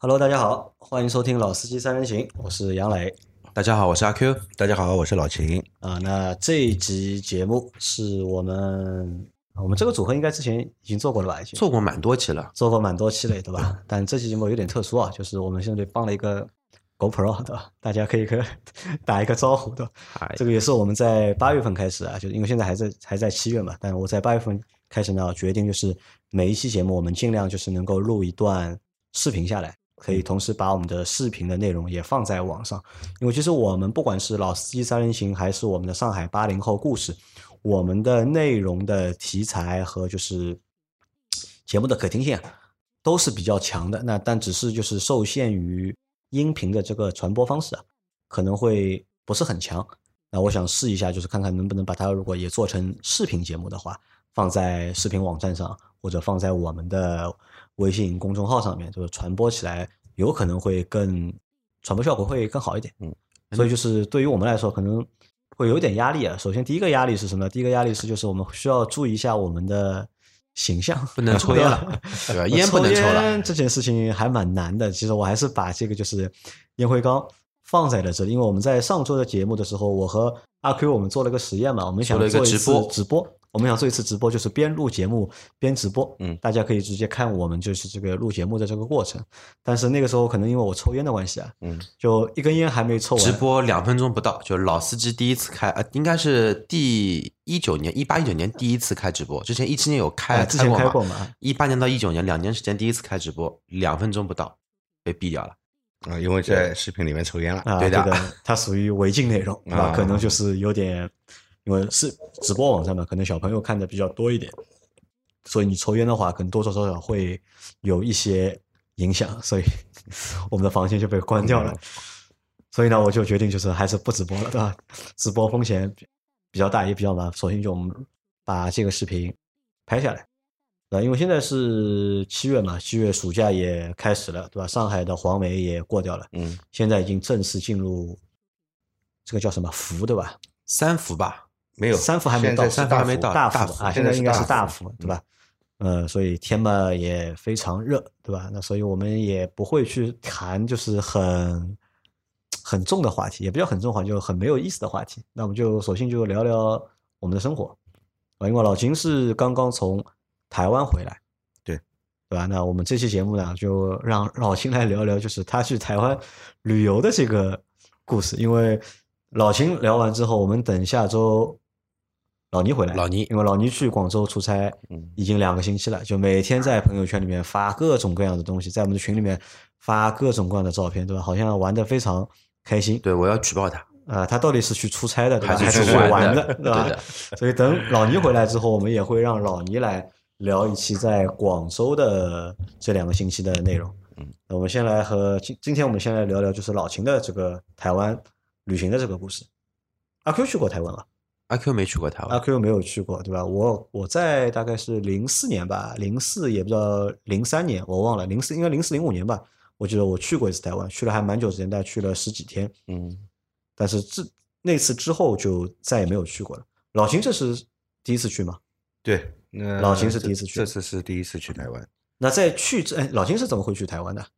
Hello，大家好，欢迎收听《老司机三人行》，我是杨磊大家好，我是阿 Q。 大家好，我是老秦。 啊。那这一集节目是我们这个组合应该之前已经做过了吧？已经做过蛮多期了。 做过蛮多期了，对吧？但这期节目有点特殊啊，就是我们现在放了一个 GoPro，对吧？大家可以打一个招呼的。 嗨， 这个也是我们在8月份开始啊，就是因为现在还在7月嘛，但我在8月份开始呢，决定就是每一期节目我们尽量就是能够录一段视频下来，可以同时把我们的视频的内容也放在网上。因为其实我们不管是老司机三人行，还是我们的上海80后故事，我们的内容的题材和就是节目的可听性都是比较强的。但只是就是受限于音频的这个传播方式啊，可能会不是很强。那我想试一下，就是看看能不能把它如果也做成视频节目的话，放在视频网站上，或者放在我们的微信公众号上面，就是传播起来有可能会传播效果会更好一点。所以就是对于我们来说，可能会有点压力啊。首先第一个压力是什么？第一个压力是就是我们需要注意一下我们的形象， 不能抽烟了，对吧？烟不能抽抽了。 烟这件事情还蛮难的。其实我还是把这个就是烟灰缸放在了这里，因为我们在上周的节目的时候，我和阿 Q 我们做了个实验嘛，我们想做一次直播。我们想做一次直播，就是边录节目边直播，大家可以直接看我们就是这个录节目的这个过程。但是那个时候可能因为我抽烟的关系啊，就一根烟还没抽完， 直播2分钟不到，就老司机第一次开，应该是第18、19年第一次开直播，之前17年有之前开过嘛 ，18年到19年2年时间第一次开直播，2分钟不到被毙掉了。 因为在视频里面抽烟了。 对的， 它属于违禁内容啊，可能就是有点。因为是直播网站嘛，可能小朋友看的比较多一点，所以你抽烟的话，可能多多少少会有一些影响，所以我们的房间就被关掉了。所以呢，我就决定就是还是不直播了，对吧？直播风险比较大，也比较麻烦。索性就我们把这个视频拍下来，对吧？因为现在是7月嘛，7月暑假也开始了，对吧？上海的黄梅也过掉了，现在已经正式进入这个叫什么伏，对吧 ？3伏吧。 没有 ，3伏还没到，大伏啊，现在应该是大伏，对吧？所以天嘛也非常热，对吧？那所以我们也不会去谈就是很重的话题，也不叫很重的话题，就很没有意思的话题。那我们就索性就聊聊我们的生活啊，因为老秦是刚刚从台湾回来， 对吧？那我们这期节目呢，就让老秦来聊聊，就是他去台湾旅游的这个故事。因为老秦聊完之后，我们等下周老倪回来，因为老倪去广州出差，已经2个星期了，就每天在朋友圈里面发各种各样的东西，在我们的群里面发各种各样的照片，对吧？好像玩得非常开心。 对，我要举报他。 他到底是去出差的，对吧？ 还是去玩的，对吧？ 对的。 所以等老倪回来之后，我们也会让老倪来聊一期在广州的这2个星期的内容。那我们先来今天我们先来聊聊就是老秦的这个台湾旅行的这个故事。阿 Q 去过台湾吗？ 阿 Q 没去过台湾。 阿 Q 没有去过，对吧？我在大概是04年吧，04也不知道03年，我忘了，04应该04、05年吧。我记得我去过一次台湾，去了还蛮久时间，大概去了10几天。但是那次之后就再也没有去过了。老秦这是第一次去吗？ 对， 老秦是第一次去， 这次是第一次去台湾。 那在去老秦是怎么会去台湾的？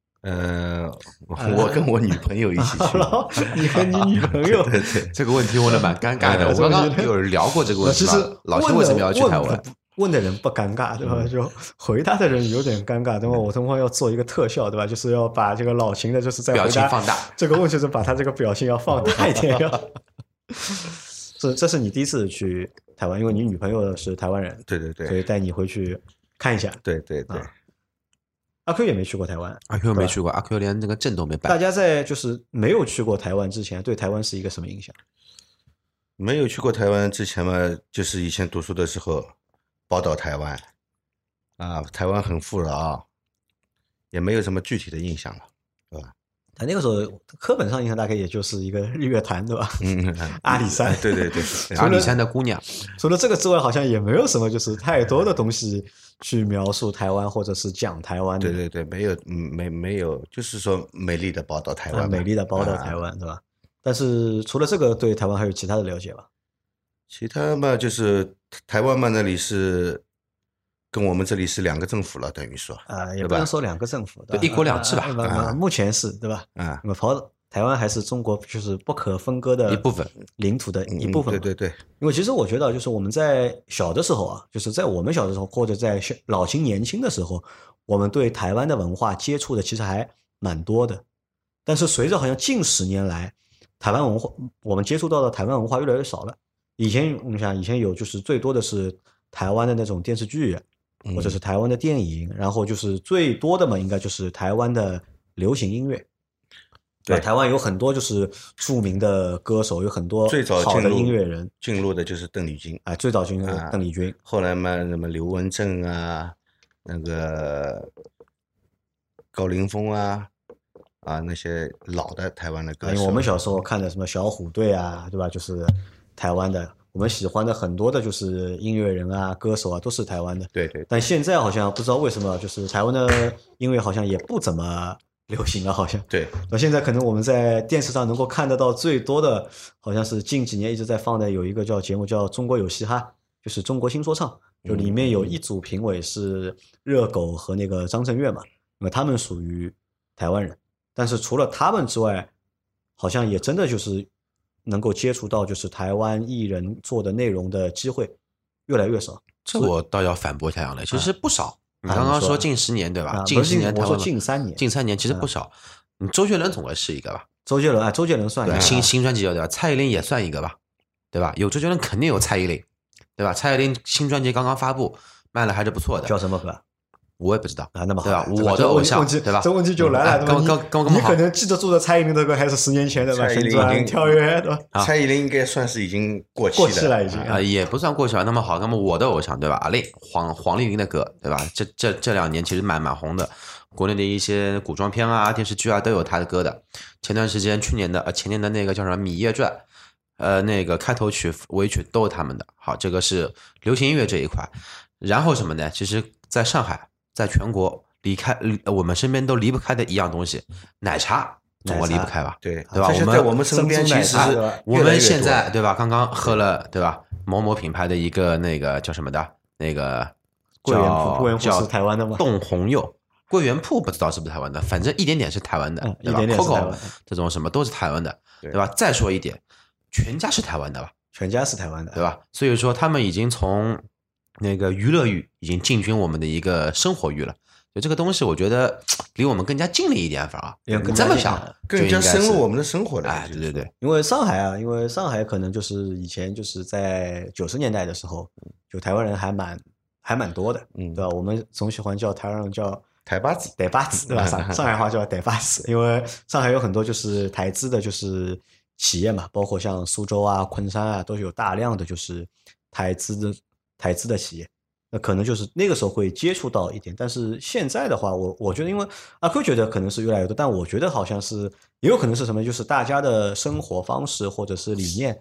我跟我女朋友一起去。 你和你女朋友？ 对， 这个问题问的蛮尴尬的。我刚刚有聊过这个问题。其实老秦为什么要去台湾？ 问的人不尴尬，对吧？就回答的人有点尴尬，对吧？我等会要做一个特效，对吧？就是要把这个老秦的，就是在表情放大这个问题，是把他这个表情要放大一点。这是你第一次去台湾，因为你女朋友是台湾人， 对， 所以带你回去看一下。 对。 阿 Q 也没去过台湾， 阿 Q 没去过，阿 Q 连这个证都没办。 大家在就是没有去过台湾之前，对台湾是一个什么印象？ 没有去过台湾之前嘛，就是以前读书的时候报道台湾啊，台湾很富饶，也没有什么具体的印象了，对吧？ 他那个时候课本上印象大概也就是一个日月潭，对吧？阿里山， 对， 阿里山的姑娘。 除了这个之外，好像也没有什么就是太多的东西去描述台湾或者是讲台湾的。 对，没有，就是说美丽的报道台湾， 美丽的报道台湾，对吧？但是除了这个，对台湾还有其他的了解吧？ 其他嘛，就是台湾嘛，那里是跟我们这里是两个政府了，等于说， 也对吧不能说两个政府，对吧一国两制吧目前是对吧？ 啊那么台湾还是中国就是不可分割的一部分， 领土的一部分嘛。 对对对， 因为其实我觉得，就是我们在小的时候啊，就是在我们小的时候，或者在老青年轻的时候，我们对台湾的文化接触的其实还蛮多的。但是随着好像近10年来，台湾文化我们接触到的台湾文化越来越少了。以前你想，以前有就是最多的是台湾的那种电视剧，或者是台湾的电影，然后就是最多的嘛，应该就是台湾的流行音乐。 对， 台湾有很多就是著名的歌手，有很多最早好的音乐人进入的就是邓丽君， 最早进入邓丽君， 后来嘛，什么刘文正啊，那个高凌风啊，那些老的台湾的歌手。 因为我们小时候看的什么小虎队啊，对吧？就是台湾的，我们喜欢的很多的就是音乐人啊、歌手啊，都是台湾的。 对对。 但现在好像不知道为什么，就是台湾的音乐好像也不怎么流行了，好像。 对。 那现在可能我们在电视上能够看得到最多的，好像是近几年一直在放的有一个节目叫《中国有嘻哈》，就是中国新说唱，就里面有一组评委是热狗和那个张震岳嘛，那么他们属于台湾人。但是除了他们之外，好像也真的就是能够接触到就是台湾艺人做的内容的机会越来越少。 这我倒要反驳一下杨磊，其实不少。你刚刚说近10年对吧？近10年台湾， 我说近3年， 近3年其实不少。你周杰伦总归是一个吧？ 周杰伦算一个。 新专辑对吧？蔡依林也算一个吧？对吧？有周杰伦肯定有蔡依林，对吧？蔡依林新专辑刚刚发布，卖了还是不错的。 叫什么歌？ 我也不知道那么好， 对吧？我的偶像，对吧？ 这问题就来了，你可能记得住的蔡依林的歌还是10年前的吧？旋转跳跃，对吧？ 蔡依林应该算是已经过期了，已经也不算过期了。那么好，那么我的偶像，对吧？阿令黄丽玲的歌，对吧？这2年其实蛮红的，国内的一些古装片啊、电视剧啊都有她的歌的。前段时间前年的那个叫什么《芈月传》，那个开头曲、尾曲都是他们的。好，这个是流行音乐这一块。然后什么呢？其实在上海，在全国我们身边都离不开的一样东西，奶茶总归离不开吧？ 对吧？ 我们身边其实我们现在对吧？刚刚喝了对吧？某某品牌的一个那个叫什么的，那个桂圆铺是台湾的吗？ 冻红柚，桂圆铺不知道是不是台湾的，反正一点点是台湾的，对吧？Coco 这种什么都是台湾的，对吧？再说一点，全家是台湾的吧？ 全家是台湾的， 对吧？所以说他们已经从那个娱乐域已经进军我们的一个生活域了。就这个东西，我觉得离我们更加近了一点，反而你这么想， 更加深入我们的生活了。 哎，对对对， 因为上海可能就是以前就是在90年代的时候，就台湾人还蛮多的，对吧？我们总喜欢叫台湾人叫台巴子， 对吧？上海话叫台巴子，因为上海有很多就是台资的，就是企业嘛，包括像苏州啊、昆山啊，都是有大量的就是台资的企业。那可能就是那个时候会接触到一点，但是现在的话，我觉得，因为阿 Q 觉得可能是越来越多，但我觉得好像是也有可能是什么，就是大家的生活方式或者是理念，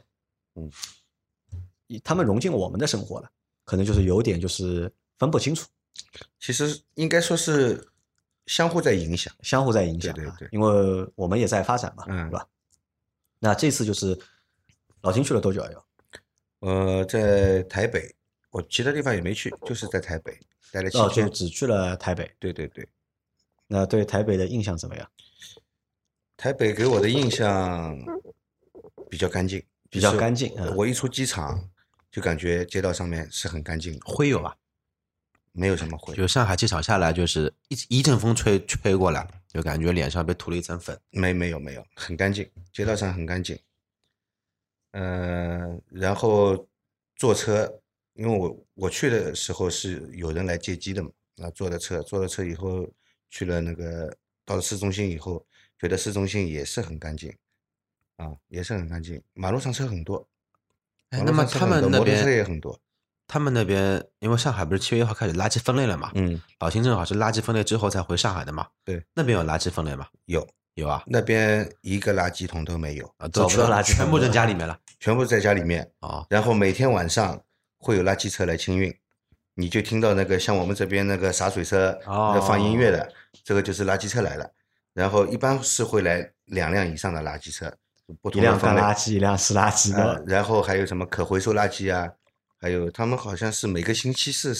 他们融进我们的生活了，可能就是有点就是分不清楚。 其实应该说是相互在影响， 对，因为我们也在发展嘛，对吧？那这次就是老金去了多久啊？ 在台北。我其他地方也没去，就是在台北待了7天， 就只去了台北。 对对对。 那对台北的印象怎么样？ 台北给我的印象比较干净，我一出机场就感觉街道上面是很干净， 灰有吧？ 没有什么灰。 就上海机场下来，就是一阵风吹过来，就感觉脸上被涂了一层粉。 没有，很干净，街道上很干净。然后坐车。因为我去的时候是有人来接机的嘛，坐了车以后去了到了市中心以后，觉得市中心也是很干净，也是很干净，马路上车很多， 那么他们那边摩托车也很多。 他们那边因为上海不是7月1号开始垃圾分类了嘛，老秦正好是垃圾分类之后才回上海的嘛， 对， 那边有垃圾分类吗？有啊， 那边一个垃圾桶都没有， 都全部扔家里面了， 全部在家里面然后每天晚上会有垃圾车来清运，你就听到像我们这边洒水车放音乐的，这个就是垃圾车来了。然后一般是会来2辆以上的垃圾车，不同的分类， 一辆干垃圾，一辆湿垃圾的。 然后还有什么可回收垃圾啊，还有他们好像是每个星期是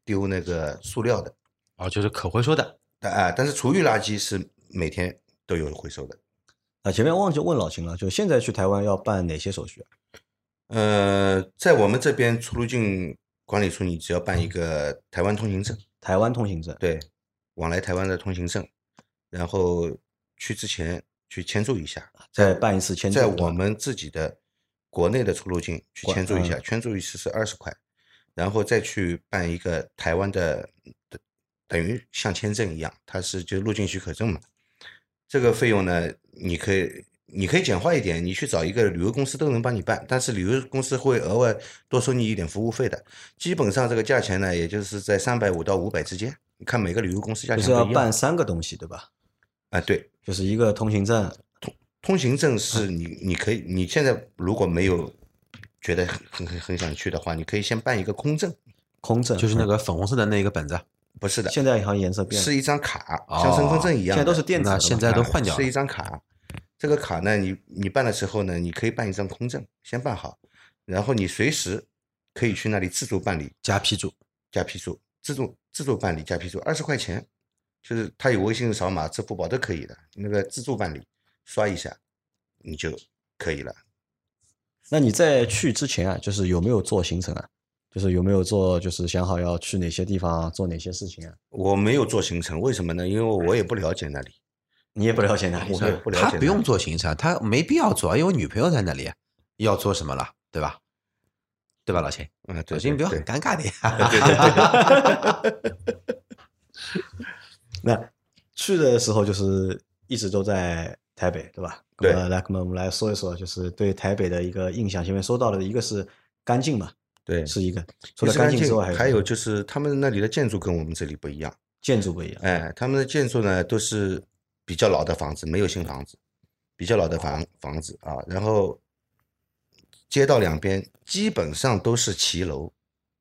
丢那个塑料的哦，就是可回收的。 但是厨余垃圾是每天都有回收的。 前面忘记问老秦了，就现在去台湾要办哪些手续啊？ 在我们这边出入境管理处，你只要办一个台湾通行证， 台湾通行证， 对，往来台湾的通行证，然后去之前去签注一下， 再办一次签注， 在我们自己的国内的出入境去签注一下，签注一次是20块，然后再去办一个台湾的，等于像签证一样，它是就入境许可证嘛。这个费用呢，你可以简化一点，你去找一个旅游公司都能帮你办，但是旅游公司会额外多收你一点服务费的。基本上这个价钱呢，也就是在350到500之间，你看每个旅游公司价钱不一样。 就是要办3个东西，对吧？ 对， 就是一个通行证。 通行证是你可以，你现在如果没有觉得很想去的话，你可以先办一个空证。 空证就是那个粉红色的那个本子。 不是的， 现在好像颜色变了， 是一张卡，像身份证一样的。 现在都是电子的， 那现在都换掉了。 是一张卡，这个卡呢，你办的时候呢，你可以办一张空证，先办好，然后你随时可以去那里自助办理加批注， 自助办理加批注，20块钱，就是它有微信扫码、支付宝都可以的，那个自助办理刷一下你就可以了。 那你在去之前啊，就是有没有做行程啊？就是有没有做，就是想好要去哪些地方做哪些事情啊？ 我没有做行程，为什么呢？因为我也不了解那里。 你也不了解那里， 我也不了解那里。 他不用做行程，他没必要做，因为我女朋友在那里，要做什么了，对吧？对吧，老秦？ 对， 老秦不要很尴尬的呀。 对。那去的时候就是一直都在台北，对吧？ 对。 来，我们来说一说，就是对台北的一个印象。前面说到的一个是干净嘛。 对， 是一个。除了干净之外， 还有就是他们那里的建筑跟我们这里不一样。 建筑不一样。 他们的建筑呢都是比较老的房子，没有新房子，比较老的房子啊。然后街道两边基本上都是骑楼。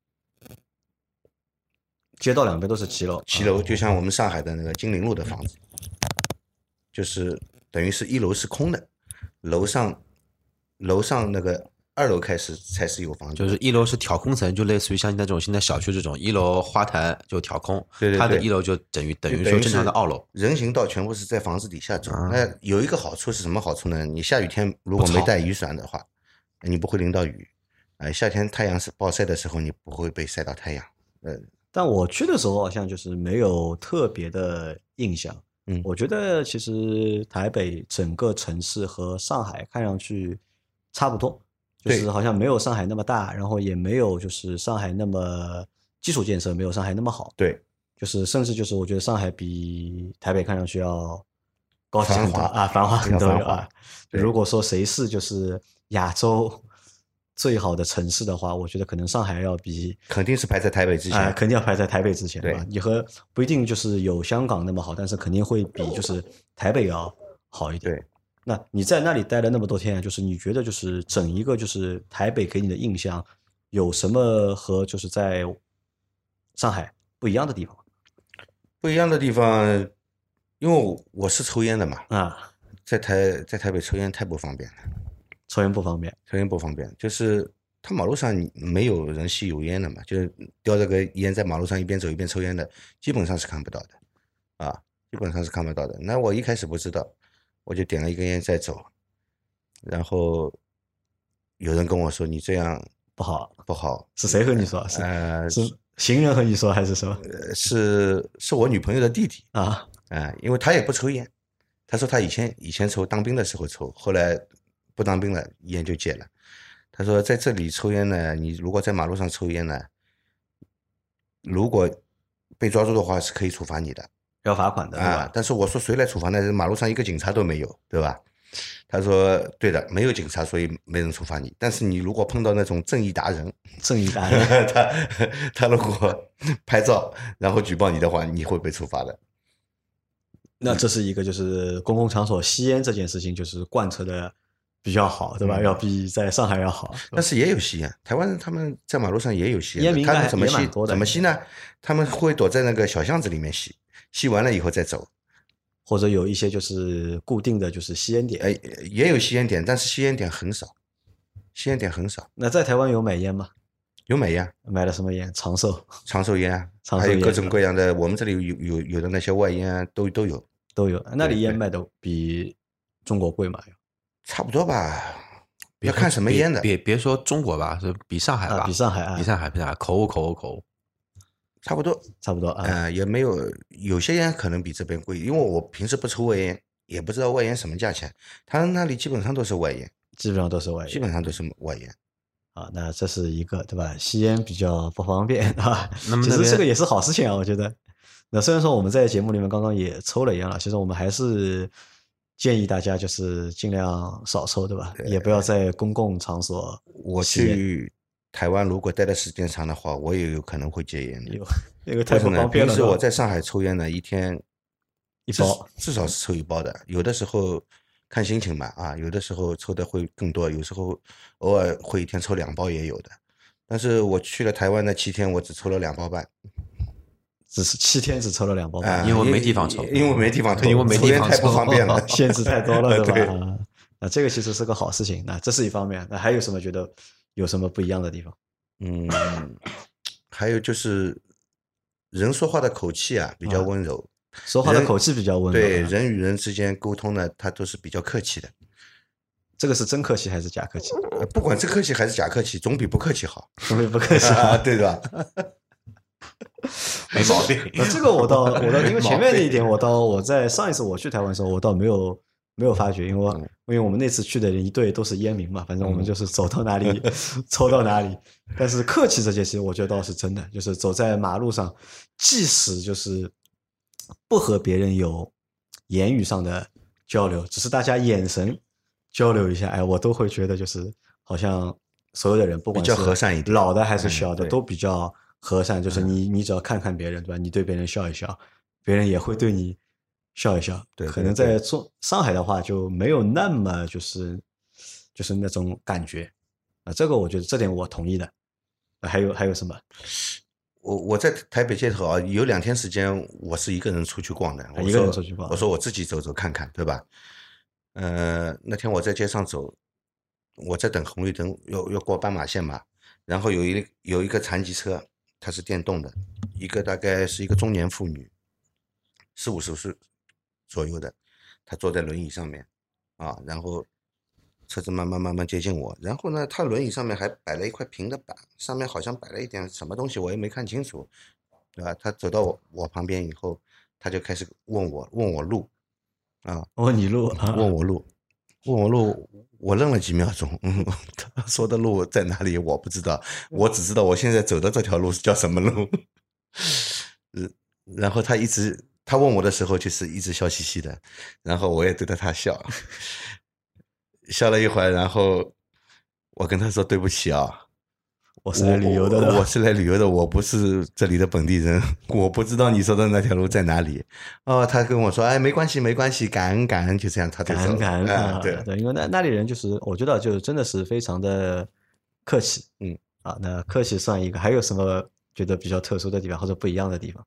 街道两边都是骑楼。 骑楼就像我们上海的那个金陵路的房子，就是等于是1楼是空的，楼上那个2楼开始才是有房子， 就是1楼是挑空层，就类似于像那种现在小区这种1楼花坛就挑空， 对， 它的1楼就等于说正常的2楼， 人行道全部是在房子底下走。那有一个好处是什么好处呢？你下雨天如果没带雨伞的话，你不会淋到雨。夏天太阳是暴晒的时候，你不会被晒到太阳。 但我去的时候好像就是没有特别的印象。我觉得其实台北整个城市和上海看上去差不多。就是好像没有上海那么大，然后也没有就是上海那么基础建设没有上海那么好。 对， 就是甚至就是我觉得上海比台北看上去要高级很多啊，繁华很多啊。如果说谁是就是亚洲最好的城市的话，我觉得可能上海要比肯定是排在台北之前， 肯定要排在台北之前吧。你和不一定就是有香港那么好，但是肯定会比就是台北要好一点。 对。 那你在那里待了那么多天，就是你觉得就是整一个就是台北给你的印象有什么和就是在上海不一样的地方？ 不一样的地方，因为我是抽烟的嘛，在台北抽烟太不方便了。 抽烟不方便，就是他马路上没有人吸油烟的嘛，就是叼着个烟在马路上一边走一边抽烟的，基本上是看不到的，基本上是看不到的。那我一开始不知道。我就点了一根烟再走，然后有人跟我说你这样不好。 是谁和你说？是行人和你说还是什么？ 是我女朋友的弟弟因为他也不抽烟，他说他以前抽，当兵的时候抽，后来不当兵了，烟就戒了。他说在这里抽烟呢，你如果在马路上抽烟呢，如果被抓住的话是可以处罚你的。 要罚款的但是我说谁来处罚呢？马路上一个警察都没有，对吧？他说对的，没有警察，所以没人处罚你。但是你如果碰到那种正义达人，他如果拍照然后举报你的话，你会被处罚的。 那这是一个就是公共场所吸烟这件事情就是贯彻的比较好，对吧？要比在上海要好。 但是也有吸烟，台湾他们在马路上也有吸烟， 烟民他们怎么吸？ 怎么吸呢？他们会躲在那个小巷子里面吸。吸完了以后再走， 或者有一些就是固定的就是吸烟点， 也有吸烟点，但是吸烟点很少。 那在台湾有买烟吗？ 有买烟， 买了什么烟？长寿长寿烟啊， 长寿烟还有各种各样的，我们这里有的那些外烟啊都有， 都有。那里对对烟卖的比中国贵吗？ 差不多吧。要看什么烟的， 别说中国吧，是比上海吧， 比上海啊， 比上海，口误。 差不多啊。 也没有些烟可能比这边贵，因为我平时不抽外烟，也不知道外烟什么价钱。他那里基本上都是外烟， 基本上都是外烟， 基本上都是外烟。 啊，那这是一个对吧？吸烟比较不方便啊， 那么其实这个也是好事情啊，我觉得。那虽然说我们在节目里面刚刚也抽了烟了，其实我们还是建议大家就是尽量少抽，对吧？也不要在公共场所我去台湾如果待的时间长的话，我也有可能会戒烟的。 那个太不方便了。 平时我在上海抽烟呢，一天一包， 至少是抽一包的。有的时候看心情吧，啊，有的时候抽的会更多，有时候偶尔会一天抽2包也有的。但是我去了台湾那7天，我只抽了2包半。 只是7天只抽了2包半， 因为没地方抽， 因为没地方抽， 因为没地方太不方便了， 限制太多了，对吧？ 对那这个其实是个好事情，那这是一方面。那还有什么觉得有什么不一样的地方？ 还有就是人说话的口气啊比较温柔， 说话的口气比较温柔， 对，人与人之间沟通呢，他都是比较客气的。 这个是真客气还是假客气？ 不管是客气还是假客气，总比不客气好。 总比不客气好， 对吧？ 没毛病。 这个我倒，因为前面那一点，我在上一次我去台湾的时候，我倒没有发觉，因为我们那次去的一队都是烟民嘛，反正我们就是走到哪里抽到哪里。但是客气这件事，我觉得倒是真的，就是走在马路上，即使就是不和别人有言语上的交流，只是大家眼神交流一下，哎，我都会觉得就是好像所有的人，不管是比较和善一点， 老的还是小的，都比较和善。就是你只要看看别人，对吧？你对别人笑一笑，别人也会对你笑一笑。 对， 可能在上海的话就没有那么就是那种感觉啊。这个我觉得这点我同意的。还有什么？ 我在台北街头啊，有2天时间我是一个人出去逛的。 一个人出去逛。 我说我自己走走看看，对吧？那天我在街上走，我在等红绿灯，要过斑马线嘛。然后有一个残疾车，它是电动的，大概是一个中年妇女，40-50岁左右的，她坐在轮椅上面啊，然后车子慢慢接近我，然后呢，她轮椅上面还摆了一块平的板，上面好像摆了一点什么东西，我也没看清楚，对吧？她走到我旁边以后，她就开始问我路。啊， 问你路， 问我路，我愣了几秒钟，他说的路在哪里我不知道，我只知道我现在走的这条路是叫什么路。然后他问我的时候就是一直笑嘻嘻的，然后我也对着他笑，笑了一会儿，然后我跟他说对不起啊。 我是来旅游的， 我是来旅游的，我不是这里的本地人，我不知道你说的那条路在哪里。哦，他跟我说，哎，没关系，感恩，就这样，他就走了。 感恩， 对， 因为那里人就是我觉得就真的是非常的客气，那客气算一个，还有什么觉得比较特殊的地方或者不一样的地方？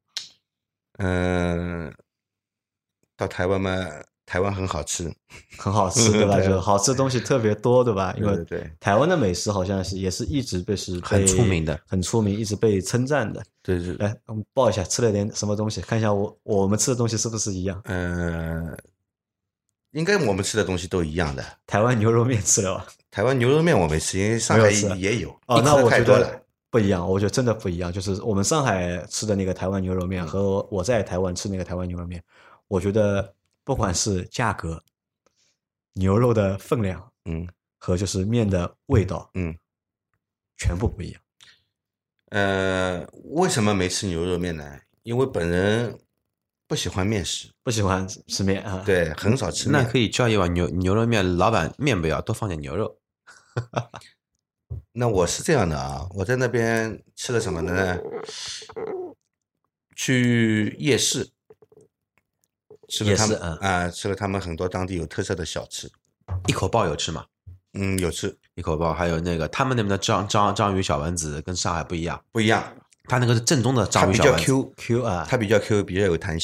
到台湾嘛。台湾很好吃， 对吧？就好吃的东西特别多，对吧？因为对台湾的美食好像也是一直被很出名的， 很出名，一直被称赞的。 对。 来，我们报一下吃了点什么东西，看一下我们吃的东西是不是一样？ 应该我们吃的东西都一样的。 台湾牛肉面吃了吧？ 台湾牛肉面我没吃，因为上海也有。 那我觉得不一样，我觉得真的不一样。就是我们上海吃的那个台湾牛肉面和我在台湾吃那个台湾牛肉面，我觉得。不管是价格、牛肉的分量，和就是面的味道，全部不一样。为什么没吃牛肉面呢？因为本人不喜欢面食， 不喜欢吃面啊。 对，很少吃面。 那可以叫一碗牛肉面，老板面不要，多放点牛肉。 那我是这样的啊，我在那边吃了什么呢？去夜市。吃了他们很多当地有特色的小吃。 一口爆有吃吗？ 有吃一口爆，还有那个他们那边的章鱼小丸子跟上海不一样， 他那个是正宗的章鱼小丸子， 它比较 Q 啊， 它比较 Q， 比较有弹性。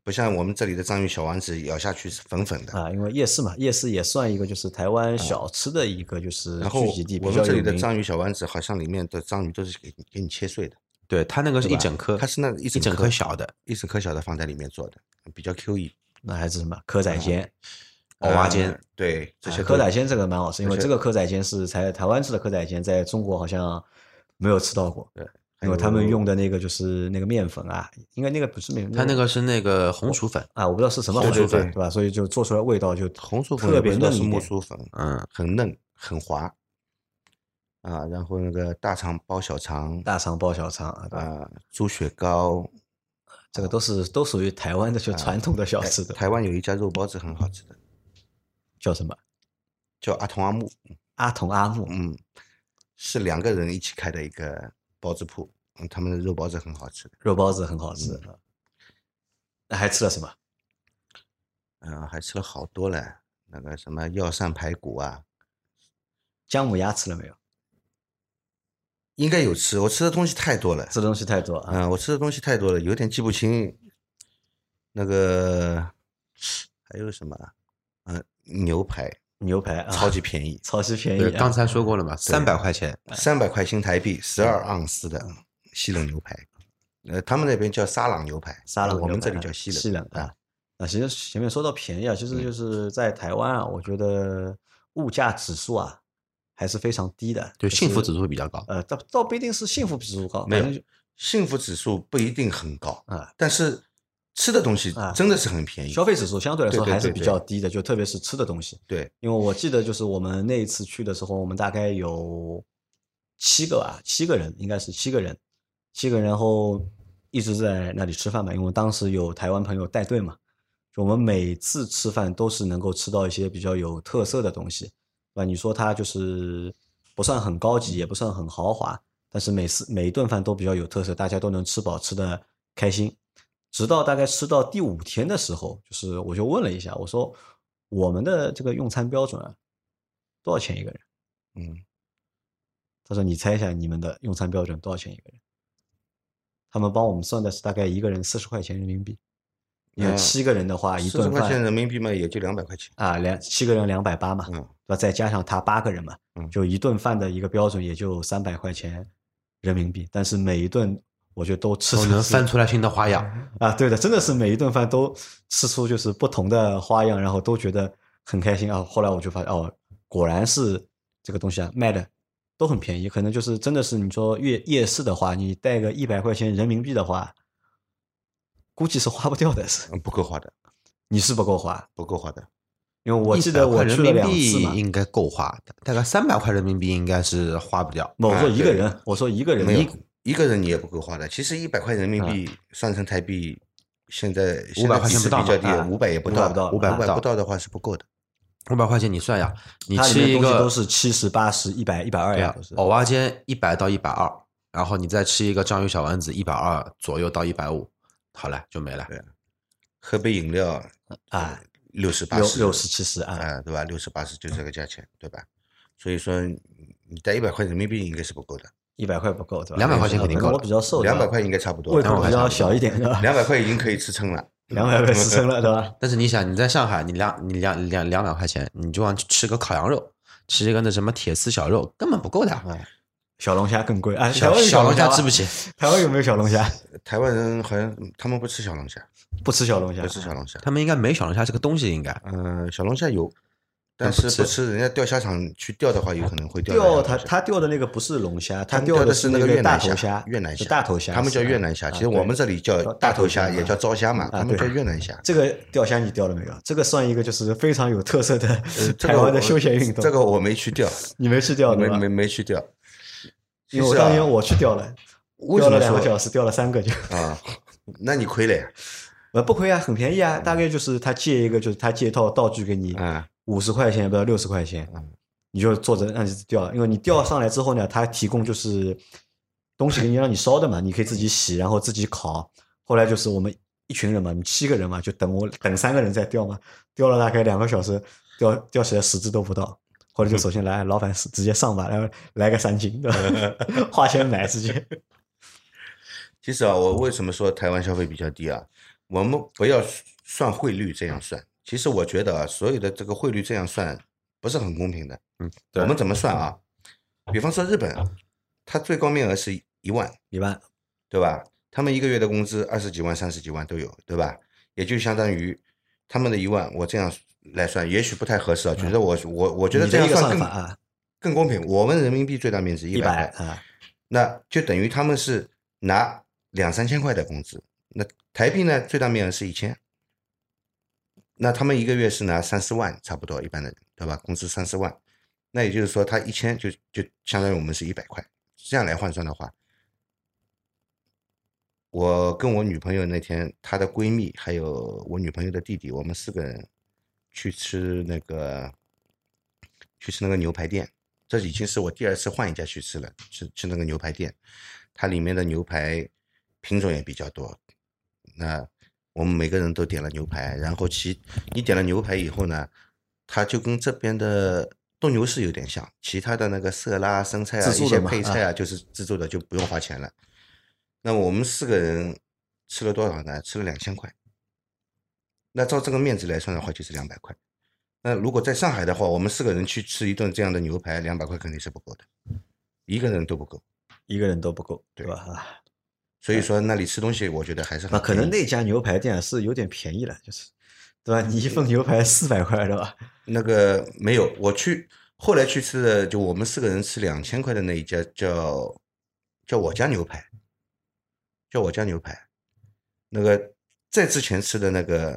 不像我们这里的章鱼小丸子咬下去是粉粉的。 啊，因为夜市嘛，夜市也算一个就是台湾小吃的一个就是然后聚集地， 我们这里的比较有名。 章鱼小丸子好像里面的章鱼都是给你切碎的， 对，它那个是一整颗， 它是那一整颗小的一整颗小的放在里面做的，比较 Q 逸。 那还是什么蚵仔煎？ 蚵蛙煎， 对，这些蚵仔煎这个蛮好吃，因为这些这个蚵仔煎是台湾制的蚵仔煎，在中国好像没有吃到过。 对， 因为他们用的那个就是那个面粉啊，应该那个不是面粉， 它那个是那个红薯粉啊，我不知道是什么红薯粉， 对对对对吧？所以就做出来味道就红薯粉特别也不知道是嫩一点。 木薯粉，很嫩很滑啊。然后那个大肠包小肠， 大肠包小肠啊，对吧？ 啊，猪血糕， 这个都属于台湾的就传统的小吃的。 台湾有一家肉包子很好吃的， 叫什么？ 叫阿童阿木， 阿童阿木。 是2个人一起开的一个包子铺，他们的肉包子很好吃的。 肉包子很好吃。那还吃了什么？ 还吃了好多了，那个什么药膳排骨啊， 姜母鸭吃了没有？ 应该有吃，我吃的东西太多了。 吃的东西太多啊。 我吃的东西太多了，有点记不清。那个还有什么？牛排啊， 超级便宜， 超级便宜对， 啊。 刚才说过了嘛，300块钱 ，300块新台币，12盎司的西冷牛排。他们那边叫沙朗牛排，我们这里叫西冷啊。其实前面说到便宜啊，其实就是在台湾啊，我觉得物价指数啊还是非常低的， 就幸福指数比较高。 倒不一定是幸福指数高， 没有幸福指数不一定很高啊， 但是吃的东西真的是很便宜， 消费指数相对来说还是比较低的，就特别是吃的东西。 对， 因为我记得就是我们那一次去的时候，我们大概有7个人，应该是7个人，然后一直在那里吃饭嘛，因为当时有台湾朋友带队嘛。就我们每次吃饭都是能够吃到一些比较有特色的东西，对吧？你说它就是不算很高级，也不算很豪华，但是每一顿饭都比较有特色，大家都能吃饱，吃得开心。直到大概吃到第5天的时候，就是我就问了一下，我说我们的这个用餐标准啊，多少钱一个人？他说你猜一下你们的用餐标准多少钱一个人？他们帮我们算的是大概一个人40块钱人民币。因为7个人的话，一顿饭 40块钱人民币嘛，也就200块钱啊，7个人280嘛，对吧？再加上他8个人嘛，就一顿饭的一个标准也就300块钱人民币。但是每一顿我觉得都能翻出来新的花样啊！对的，真的是每一顿饭都吃出就是不同的花样，然后都觉得很开心啊。后来我就发现果然是这个东西啊，卖的都很便宜，可能就是真的是你说夜市的话，你带个100块钱人民币的话。估计是花不掉的， 不够花的。 你是不够花， 不够花的， 因为我记得我去了2次嘛， 应该够花的，大概300块人民币应该是花不掉。 我说一个人，我说一个人， 一个人你也不够花的。其实100块人民币算成台币，现在 500块钱不到比较低，500也不到 ，500 不到的话是不够的。 500块钱你算呀，你吃一个都是70、80、100、120呀， 蚵蛙煎100到120，然后你再吃一个章鱼小丸子120左右到150。好了，就没了。 对，喝杯饮料啊，60、80、 60、70啊， 对吧？60、80就这个价钱，对吧？所以说你带100块人民币应该是不够的 ，100块不够，对吧 ？200块钱肯定够了。 我比较瘦 ，200块应该差不多， 胃口比较小一点，对吧 ？200块已经可以吃撑了 ，200块吃撑了，对吧？ 但是你想，你在上海，你200块钱，你就想吃个烤羊肉，吃一个那什么铁丝小肉，根本不够的。 小龙虾更贵啊！ 小龙虾吃不起。 台湾有没有小龙虾？ 台湾人好像他们不吃小龙虾， 不吃小龙虾， 不吃小龙虾。 他们应该没小龙虾这个东西，应该。 小龙虾有，但是不吃。人家钓虾场去钓的话，有可能会钓。 他钓的那个不是龙虾， 他钓的是那个越南虾， 越南虾， 大头虾。 他们叫越南虾，其实我们这里叫大头虾，也叫招虾嘛，他们叫越南虾。 这个钓虾你钓了没有？这个算一个就是非常有特色的台湾的休闲运动。 这个我没去钓， 你没去钓， 没去钓。 因为我当年我去钓了，钓了2个小时，钓了3个就啊，那你亏了呀？ 不亏啊，很便宜啊，大概就是他借一套道具给你，50块钱不到60块钱，你就坐着让你钓，因为你钓上来之后呢，他提供就是东西给你让你烧的嘛，你可以自己洗，然后自己烤。后来就是我们一群人嘛，你7个人嘛，就等3个人在钓嘛，钓了大概2个小时，钓起来10只都不到。或者就首先来，老板直接上吧，然后来个3斤，对吧？花钱买直接。 其实啊，我为什么说台湾消费比较低啊？ 我们不要算汇率这样算。其实我觉得啊，所有的这个汇率这样算不是很公平的。我们怎么算啊？比方说日本，它最高面额是1万，对吧？他们一个月的工资20几万、30几万都有，对吧？也就相当于他们的1万，我这样来算，也许不太合适啊。觉得我觉得这样算更公平。我们人民币最大面值100块啊， 那就等于他们是拿2、3千块的工资。那台币呢，最大面额是1000，那他们一个月是拿3、4万，差不多一般的人，对吧？工资3、4万，那也就是说他1000就相当于我们是100块。这样来换算的话，我跟我女朋友那天，她的闺蜜还有我女朋友的弟弟，我们4个人去吃那个牛排店。这已经是我第2次换一家去吃了，吃那个牛排店，它里面的牛排品种也比较多。那我们每个人都点了牛排，然后你点了牛排以后呢，它就跟这边的斗牛士有点像，其他的那个色拉、生菜啊、一些配菜啊，就是自助的，就不用花钱了。那么我们4个人吃了多少呢？吃了2000块。那照这个面值来算的话，就是200块。那如果在上海的话，我们4个人去吃一顿这样的牛排，200块肯定是不够的，一个人都不够， 对吧？ 所以说那里吃东西，我觉得还是很可能那家牛排店是有点便宜了，就是对吧？你一份牛排400块，对吧？ 那个没有，后来去吃的，就我们4个人吃2000块的那一家叫我家牛排，那个在之前吃的那个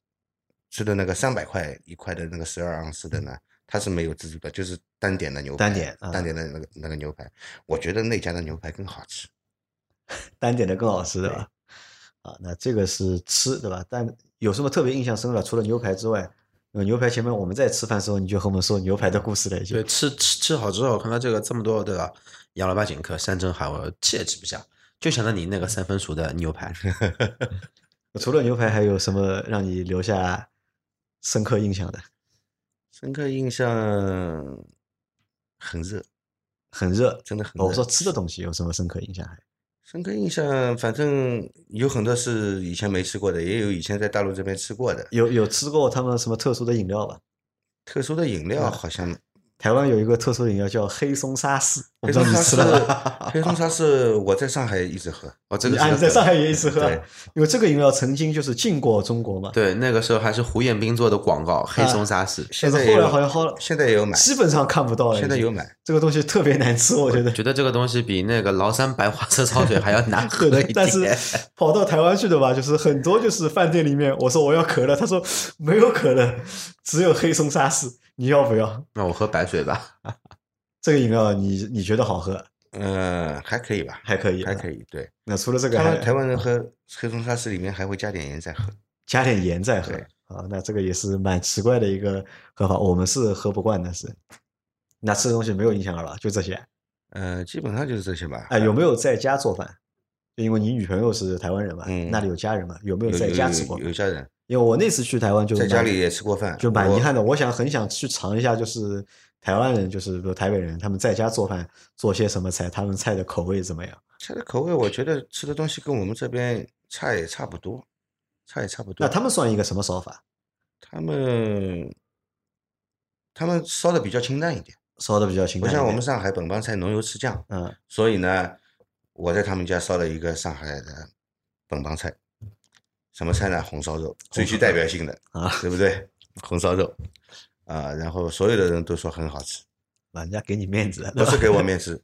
300块一块的那个12盎司的呢，它是没有自助的，就是单点的牛排，单点的那个牛排，我觉得那家的牛排更好吃， 单点的更好吃，对吧？那这个是吃，对吧？但有什么特别印象深的？除了牛排之外，牛排前面我们在吃饭的时候，你就和我们说牛排的故事了，已经。 对，吃好之后，看到这个这么多的杨老八请客、山珍海味，我吃也吃不下，就想到你那个3分熟的牛排。 除了牛排，还有什么让你留下深刻印象的？ 深刻印象很热，真的很热。 我说吃的东西有什么深刻印象？ 深刻印象，反正有很多是以前没吃过的，也有以前在大陆这边吃过的。 有吃过他们什么特殊的饮料吧？ 特殊的饮料好像台湾有一个特殊的饮料叫黑松沙士， 黑松沙士我在上海一直喝。 这个你在上海也一直喝，因为这个饮料曾经就是进过中国嘛。 对，那个时候还是胡彦斌做的广告，黑松沙士。 现在后来好像现在也有买， 基本上看不到了。 现在有买， 这个东西特别难吃，我觉得。 觉得这个东西比那个崂山白花蛇草水还要难喝一点。 但是跑到台湾去的吧，就是很多就是饭店里面，我说我要可乐，他说没有可乐，只有黑松沙士，你要不要？ 那我喝白水吧。 这个饮料你觉得好喝？ 还可以吧， 还可以， 对。 那除了这个， 台湾人喝黑松沙士里面还会加点盐再喝， 那这个也是蛮奇怪的一个喝法，我们是喝不惯的是。那吃的东西没有印象了吧？就这些。 基本上就是这些吧。 有没有在家做饭？因为你女朋友是台湾人嘛，那里有家人嘛？有没有在家吃过？ 有家人。 因为我那次去台湾就在家里也吃过饭， 就蛮遗憾的。很想去尝一下，就是台湾人，就是比如台北人，他们在家做饭做些什么菜，他们菜的口味怎么样？ 菜的口味，我觉得吃的东西跟我们这边差也差不多。 那他们算一个什么烧法？ 他们烧的比较清淡一点，不像我们上海本帮菜浓油赤酱。所以呢，我在他们家烧了一个上海的本帮菜。什么菜呢？红烧肉，最具代表性的对不对？红烧肉然后所有的人都说很好吃， 人家给你面子， 不是给我面子，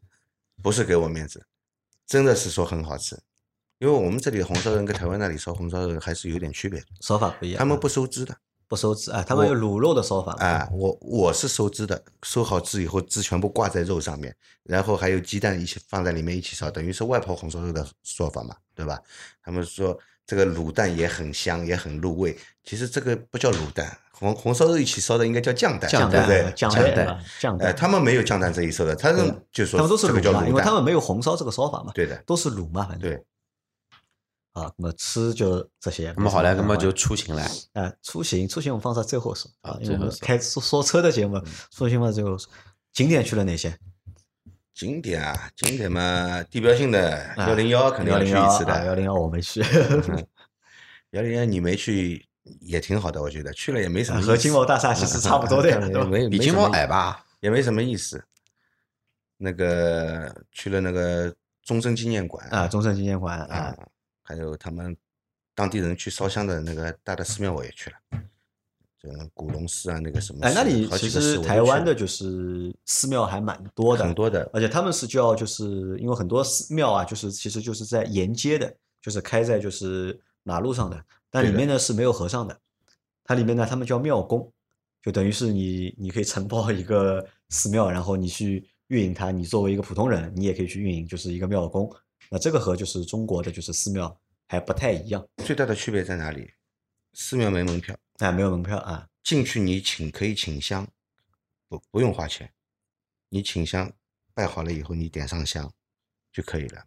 真的是说很好吃。因为我们这里的红烧肉跟台湾那里烧红烧肉还是有点区别的， 烧法不一样。 他们不收汁的， 他们有卤肉的烧法我是收汁的，收好汁以后汁全部挂在肉上面，然后还有鸡蛋一起放在里面一起烧，等于是外婆红烧肉的说法嘛，对吧？他们说这个卤蛋也很香，也很入味。其实这个不叫卤蛋，红烧肉一起烧的应该叫酱蛋，对不对？ 酱蛋， 他们没有酱蛋这一说的，他们就说他们都是卤嘛， 因为他们没有红烧这个烧法嘛， 对的， 都是卤嘛，反正对。 那么吃就这些。 那么好来，那么就出行来。 出行我们放在最后说因为我们开说车的节目，出行放在最后说。景点去了哪些？ 景点嘛，地标性的101肯定要去一次的。 101我没去。 101你没去也挺好的，我觉得去了也没什么意思， 和金茂大厦其实差不多的呀，对吧？ 比金茂矮吧？ 也没什么意思。那个去了那个中正纪念馆啊，中正纪念馆啊，还有他们当地人去烧香的那个大的寺庙我也去了，这古龙寺啊，那个什么寺， 那里好其实几个寺我都台湾的去了就是寺庙还蛮多的， 很多的， 而且他们是叫就是因为很多寺庙啊，就是其实就是在沿街的，就是开在就是马路上的，但里面呢是没有和尚的，它里面呢他们叫庙公，就等于是你可以承包一个寺庙，然后你去运营它，你作为一个普通人，你也可以去运营，就是一个庙公。那这个和就是中国的就是寺庙还不太一样。 最大的区别在哪里？寺庙没门票， 没有门票啊。 进去你可以请香，不用花钱，你请香拜好了以后，你点上香就可以了。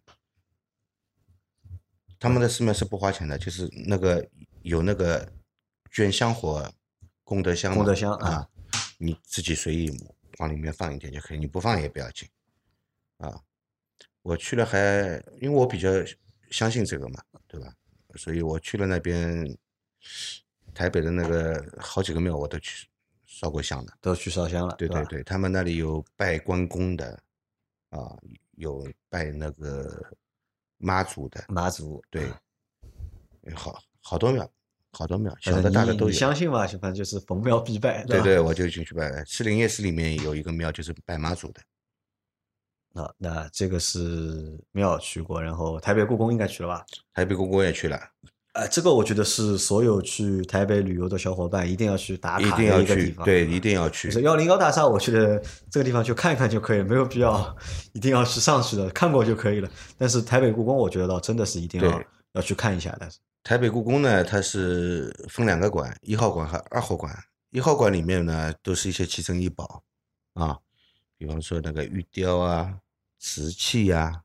他们的寺庙是不花钱的，就是那个有那个捐香火功德箱嘛， 功德箱啊，你自己随意往里面放一点就可以，你不放也不要紧啊。我去了因为我比较相信这个嘛，对吧？所以我去了那边台北的那个好几个庙我都去烧过香的， 都去烧香了。 对对对，他们那里有拜关公的啊，有拜那个妈祖的， 妈祖对，好多庙，好多庙，小的大的都有。 你相信吗？反正就是逢庙必拜。 对对，我就进去拜。士林夜市里面有一个庙，就是拜妈祖的。 那这个是庙去过，然后台北故宫应该去了吧？ 台北故宫也去了。 这个我觉得是所有去台北旅游的小伙伴一定要去打卡的一个地方。 对，一定要去。 就是101大厦，我觉得这个地方就看一看就可以了，没有必要一定要去上去的，看过就可以了。但是台北故宫，我觉得倒真的是一定要去看一下的。 台北故宫呢，它是分2个馆，1号馆和2号馆。1号馆里面呢，都是一些奇珍异宝啊，比方说那个玉雕啊、瓷器呀、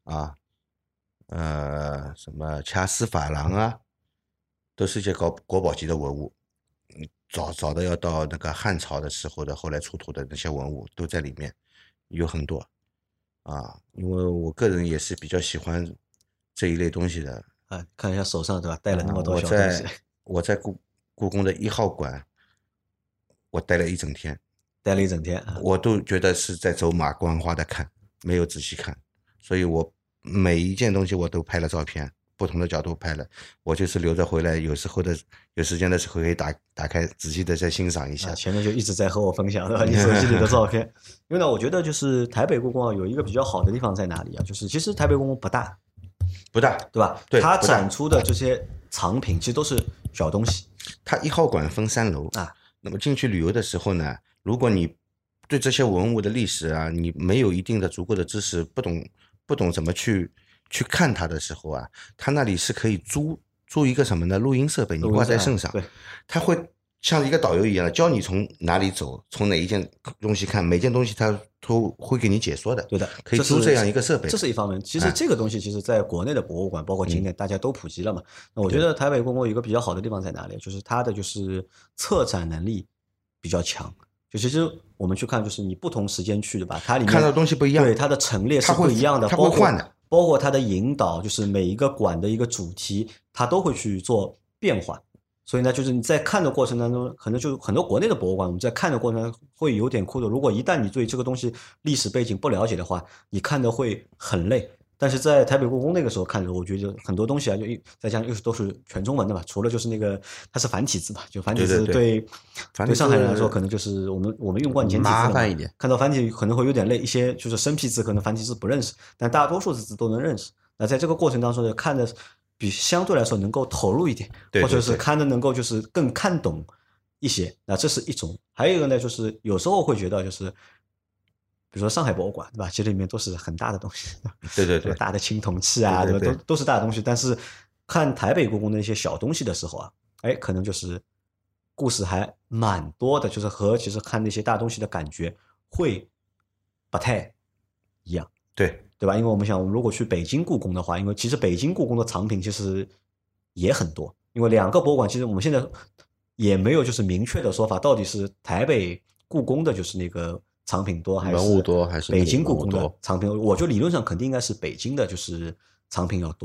什么掐丝珐琅啊，都是一些国宝级的文物。早的要到那个汉朝的时候的，后来出土的那些文物都在里面，有很多啊。因为我个人也是比较喜欢这一类东西的啊。看一下手上对吧，带了那么多小东西。 我在故宫的1号馆，我待了一整天，我都觉得是在走马观花的看，没有仔细看，所以我每一件东西我都拍了照片，不同的角度拍了，我就是留着回来，有时间的时候可以打开仔细的再欣赏一下。 前面就一直在和我分享对吧？你手机里的照片。因为呢，我觉得就是台北故宫有一个比较好的地方在哪里啊？就是其实台北故宫不大，对吧？ 对， 它展出的这些藏品其实都是小东西。 它1号馆分3楼啊。那么进去旅游的时候呢，如果你对这些文物的历史啊，你没有一定的足够的知识，不懂怎么去看它的时候啊，它那里是可以租一个什么呢？录音设备，你挂在身上， 对， 它会像一个导游一样的教你从哪里走，从哪一件东西看，每件东西它都会给你解说的。 对的， 可以租这样一个设备。 这是一方面。其实这个东西其实在国内的博物馆包括景点大家都普及了嘛。那我觉得台北故宫有一个比较好的地方在哪里？就是它的就是策展能力比较强。就其实我们去看，就是你不同时间去的吧，它里面看到的东西不一样， 对，它的陈列是不一样的， 它会换的， 包括它的引导，就是每一个馆的一个主题，它都会去做变化。所以呢，就是你在看的过程当中，可能就很多国内的博物馆，我们在看的过程中会有点枯燥。如果一旦你对这个东西历史背景不了解的话，你看的会很累。但是在台北故宫那个时候看的，我觉得很多东西啊，就再加上都是全中文的嘛，除了就是那个它是繁体字嘛，就繁体字对上海人来说，可能就是我们用惯简体字麻烦一点， 看到繁体可能会有点累，一些就是生僻字可能繁体字不认识，但大多数字都能认识。那在这个过程当中呢，看的比相对来说能够投入一点，或者是看的能够就是更看懂一些。那这是一种，还有一个呢，就是有时候会觉得就是比如说上海博物馆，对吧？其实里面都是很大的东西， 对， 大的青铜器啊，对吧？都是大的东西。但是看台北故宫的一些小东西的时候啊，可能就是故事还蛮多的，就是和其实看那些大东西的感觉会不太一样， 对吧？因为我们想，我们如果去北京故宫的话，因为其实北京故宫的藏品其实也很多，因为2个博物馆其实我们现在也没有就是明确的说法，到底是台北故宫的就是那个藏品多，还是文物多，还是北京故宫的藏品？我觉得理论上肯定应该是北京的，就是藏品要多。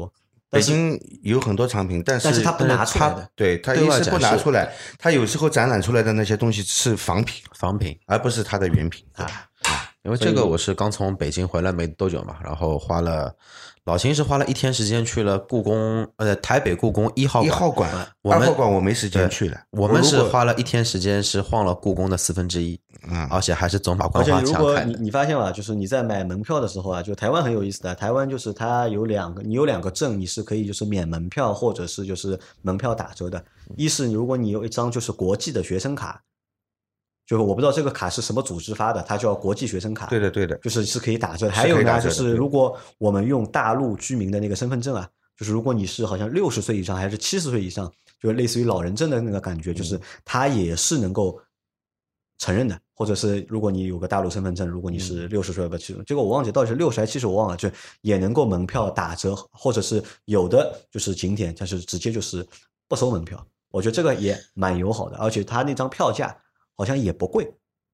北京有很多产品，但是它不拿出来的。 对，它一是不拿出来，它有时候展览出来的那些东西是仿品，而不是它的原品啊。因为这个我是刚从北京回来没多久嘛，然后老秦是花了1天时间去了故宫，台北故宫1号馆，2号馆我没时间去了。 我们是花了1天时间，是晃了故宫的1/4，而且还是走马观花墙看的。 而且如果你发现吧，就是你在买门票的时候啊，就台湾很有意思的，台湾就是它有你有2个证，你是可以就是免门票或者是就是门票打折的。一是如果你有一张就是国际的学生卡。就是我不知道这个卡是什么组织发的，它叫国际学生卡。 对的， 就是可以打折。还有呢，就是如果我们用大陆居民的那个身份证啊，就是如果你是好像60岁以上还是70岁以上，就类似于老人证的那个感觉，就是它也是能够承认的。或者是如果你有个大陆身份证，如果你是60岁70岁，这个我忘记到底是60还是70，我忘了，就也能够门票打折，或者是有的就是景点，它是直接就是不收门票。我觉得这个也蛮友好的，而且它那张票价好像也不贵。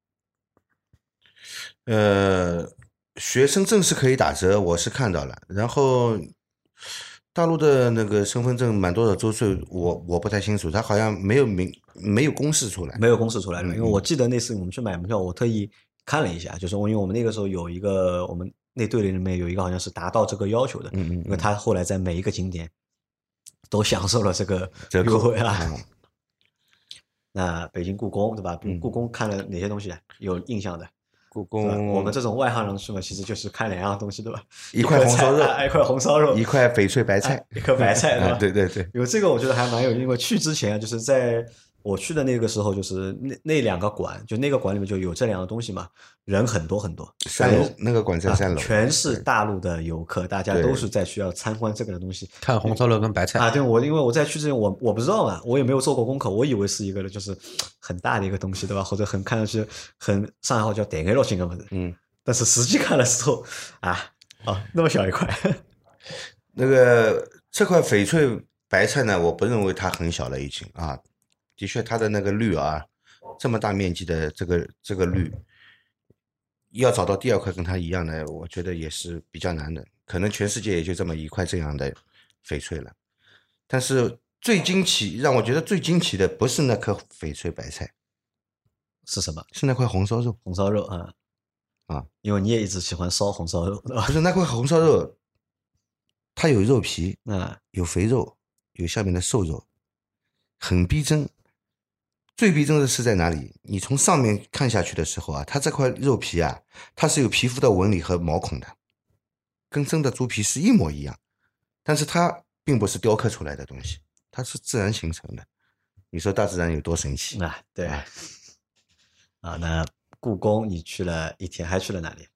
学生证是可以打折，我是看到了。然后大陆的那个身份证满多少周岁，我不太清楚，他好像没有公示出来。 没有公示出来的，因为我记得那次我们去买门票，我特意看了一下，就是因为我们那个时候有一个我们那队里面有一个好像是达到这个要求的，因为他后来在每一个景点都享受了这个优惠啊。那北京故宫对吧？故宫看了哪些东西有印象的？ 故宫， 我们这种外行人去嘛，其实就是看2样东西对吧？ 一块红烧肉， 一块红烧肉， 一块翡翠白菜， 一颗白菜对吧？ 对， 有这个我觉得还蛮有，因为去之前就是在我去的那个时候，就是那2个馆，就那个馆里面就有这2样东西嘛，人很多很多。 3楼那个馆在3楼， 全是大陆的游客，大家都是在需要参观这个的东西， 看红烧肉跟白菜啊。对，因为我在去之前我不知道嘛，我也没有做过功课，我以为是一个就是很大的一个东西对吧？或者看上去很上海话叫“大眼肉型”的么子，但是实际看了之后那么小一块。 那个这块翡翠白菜呢，我不认为它很小了已经啊。的确，它的那个绿啊，这么大面积的这个绿，要找到第2块跟它一样的，我觉得也是比较难的。可能全世界也就这么一块这样的翡翠了。但是让我觉得最惊奇的不是那颗翡翠白菜， 是什么？ 是那块红烧肉。 红烧肉啊，因为你也一直喜欢烧红烧肉， 不是那块红烧肉，它有肉皮有肥肉，有下面的瘦肉，很逼真。最逼真的是在哪里？你从上面看下去的时候啊，它这块肉皮啊，它是有皮肤的纹理和毛孔的，跟真的猪皮是一模一样，但是它并不是雕刻出来的东西，它是自然形成的。你说大自然有多神奇对那故宫你去了1天，还去了哪里？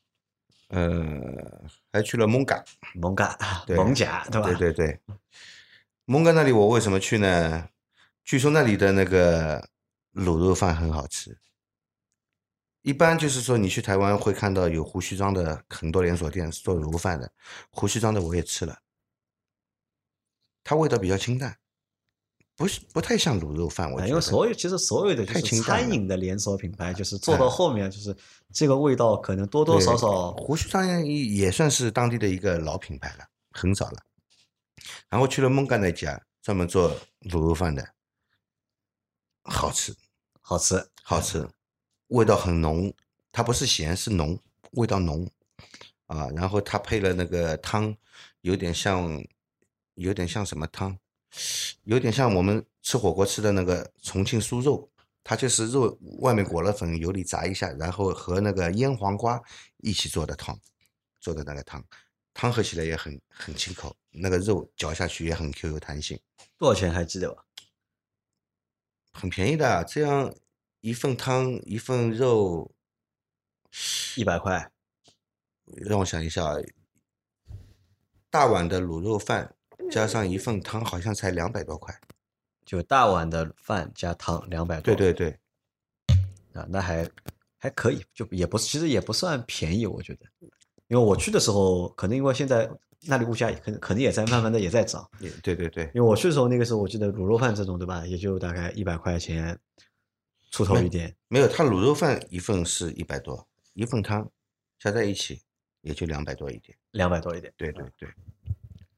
还去了蒙嘎蒙甲对吧？ 对，蒙嘎那里我为什么去呢？据说那里的那个卤肉饭很好吃。一般就是说你去台湾会看到有胡须章的很多连锁店做卤肉饭的，胡须章的我也吃了，它味道比较清淡，不太像卤肉饭。我觉得因为其实所有的就是餐饮的连锁品牌，就是做到后面就是这个味道可能多多少少。 胡须章也算是当地的一个老品牌了，很早了。然后去了蒙嘎那家专门做卤肉饭的。好吃，味道很浓，它不是咸是浓，味道浓啊。然后它配了那个汤，有点像什么汤？有点像我们吃火锅吃的那个重庆酥肉，它就是肉外面裹了粉，油里炸一下，然后和那个腌黄瓜一起做的汤，做的那个汤喝起来也很清口，那个肉嚼下去也很 Q 有弹性。 多少钱还记得吧？ 很便宜的，这样一份汤一份肉 100块。 让我想一下，大碗的卤肉饭加上一份汤好像才200多块， 就大碗的饭加汤200多。 对那还可以，就其实也不算便宜，我觉得，因为我去的时候，可能因为现在那里物价可能也在慢慢的也在涨。 对， 因为我去的时候，那个时候我记得卤肉饭这种对吧，也就大概100块钱出头一点。 没有，它卤肉饭一份是100多，一份汤加在一起也就200多一点。 200多一点。 对。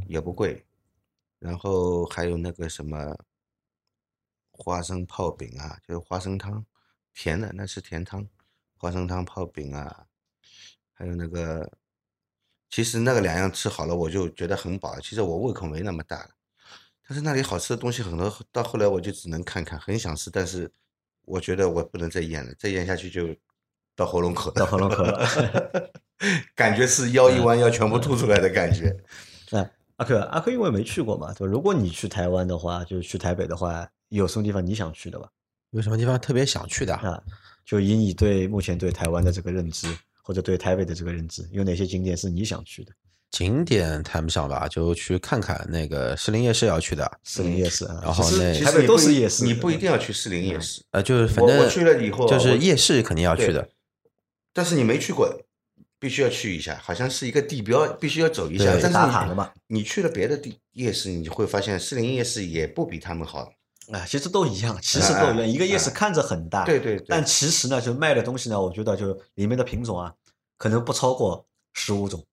也不贵，然后还有那个什么花生泡饼啊，就是花生汤，甜的那是甜汤，花生汤泡饼啊，还有那个，其实那个两样吃好了，我就觉得很饱。其实我胃口没那么大，但是那里好吃的东西很多，到后来我就只能看看，很想吃，但是我觉得我不能再咽了，再咽下去就到喉咙口了， 到喉咙口了。 感觉是腰一弯要全部吐出来的感觉。 那阿克因为没去过嘛，对吧？如果你去台湾的话，就是去台北的话，有什么地方你想去的吧？ 有什么地方特别想去的？ 啊，就以你目前对台湾的这个认知，或者对台北的这个认知，有哪些景点是你想去的？ 景点谈不上吧，就去看看那个士林夜市要去的。 士林夜市啊， 然后那其台北都实你不一是夜市， 你不一定要去士林夜市。 就是反正我去了以后， 就是夜市肯定要去的对。但是你没去过，必须要去一下，好像是一个地标，必须要走一下。 对但是打卡的嘛。 你去了别的夜市，你就会发现士林夜市也不比他们好。 啊，其实都一样，其实都一样。一个夜市看着很大， 对对对， 但其实呢，就卖的东西呢，我觉得就里面的品种啊，可能不超过15种。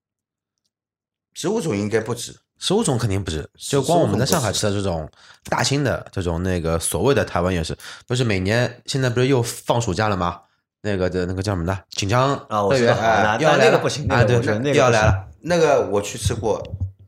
15种应该不止。 15种肯定不止，就光我们在上海吃的这种大型的这种那个所谓的台湾夜市，不是每年现在不是又放暑假了吗？那个叫什么的锦江啊，我乐园知道， 要来了那个不行， 啊，对， 我觉得那个要来了。 那个我去吃过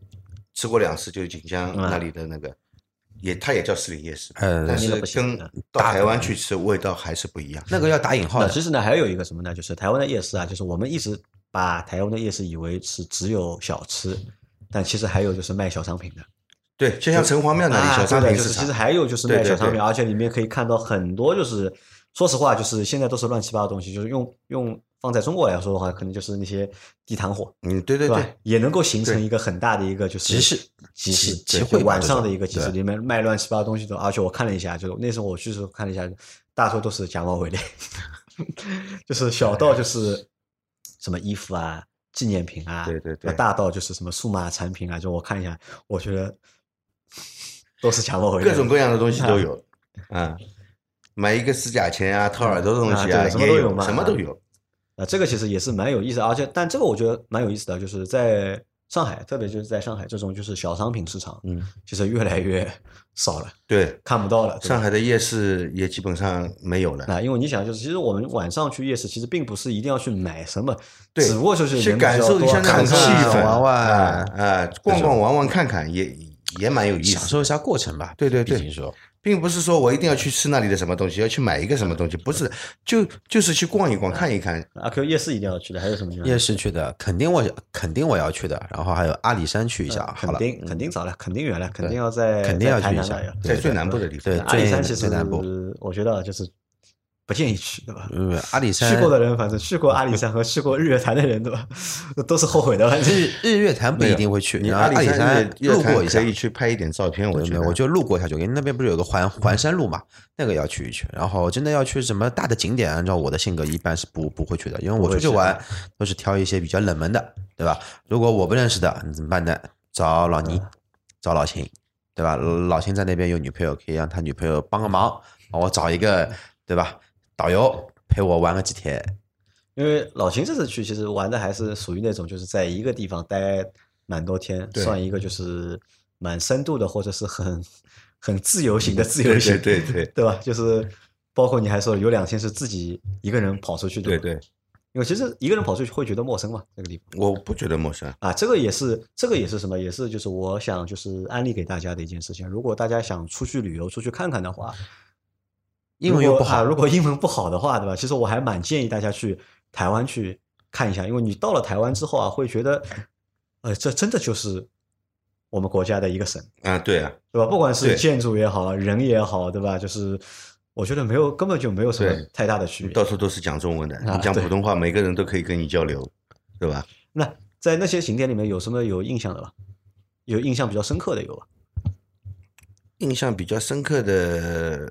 2次，就是锦江那里的那个，它也叫士林夜市，但是跟到台湾去吃味道还是不一样。 那个要打引号的。 其实呢，还有一个什么呢？就是台湾的夜市啊，就是我们一直把台湾的夜市以为是只有小吃，但其实还有就是卖小商品的。 对，就像城隍庙那里小商品市场， 其实还有就是卖小商品，而且里面可以看到很多，就是说实话，就是现在都是乱七八糟的东西，就是用放在中国来说的话，可能就是那些地摊货， 对对对， 也能够形成一个很大的一个就是集会晚上的一个集市，里面卖乱七八糟东西的，而且我看了一下，就是那时候我去的时候看了一下，大多都是假冒伪劣，就是小到就是什么衣服啊。纪念品啊， 对， 大到就是什么数码产品啊，就我看一下，我觉得都是假冒伪劣， 各种各样的东西都有啊，买一个指甲钳啊、掏耳朵的东西啊， 什么都有嘛， 什么都有。 这个其实也是蛮有意思的，而且但这个我觉得蛮有意思的，就是在上海，特别就是在上海这种就是小商品市场，其实越来越少了， 对， 看不到了。 上海的夜市也基本上没有了。 因为你想，就是其实我们晚上去夜市，其实并不是一定要去买什么， 对， 只不过就是去感受一下那种气氛， 玩玩逛逛玩玩看看也蛮有意思， 享受一下过程吧。 对， 毕竟说， 并不是说我一定要去吃那里的什么东西，要去买一个什么东西，不是，就是去逛一逛，看一看。 阿 Q 夜市一定要去的，还有什么地方？ 夜市去的，肯定我要去的，然后还有阿里山去一下。好了， 肯定早了，肯定远了，肯定要去一下， 在最南部的地方。 对， 阿里山其实最南部， 我觉得就是不建议去，对吧？ 阿里山去过的人，反正去过阿里山和去过日月潭的人，对吧？都是后悔的。 日月潭不一定会去， 你阿里山路过一下可以去拍一点照片。 我就路过一下就，因为那边不是有个环山路嘛，那个要去一去。然后真的要去什么大的景点，按照我的性格一般是不会去的，因为我出去玩都是挑一些比较冷门的，对吧？如果我不认识的，你怎么办呢？找老倪，找老秦，对吧？老秦在那边有女朋友，可以让他女朋友帮个忙，帮我找一个，对吧？导游陪我玩个几天。 因为老秦这次去其实玩的还是属于那种就是在一个地方待蛮多天，算一个就是蛮深度的，或者是很自由型的自由行，对吧？就是包括你还说有2天是自己一个人跑出去的， 对， 因为其实一个人跑出去会觉得陌生嘛，这个地方我不觉得陌生啊。这个也是什么？也是就是我想就是安利给大家的一件事情。如果大家想出去旅游、出去看看的话， 英文又不好， 如果英文不好的话，对吧？其实我还蛮建议大家去台湾去看一下，因为你到了台湾之后啊，会觉得，这真的就是我们国家的一个省啊，对啊， 对吧？不管是建筑也好，人也好，对吧？就是我觉得根本就没有什么太大的区别， 到处都是讲中文的，你讲普通话，每个人都可以跟你交流，对吧？ 那在那些景点里面有什么有印象的吧？有印象比较深刻的有吧？ 印象比较深刻的。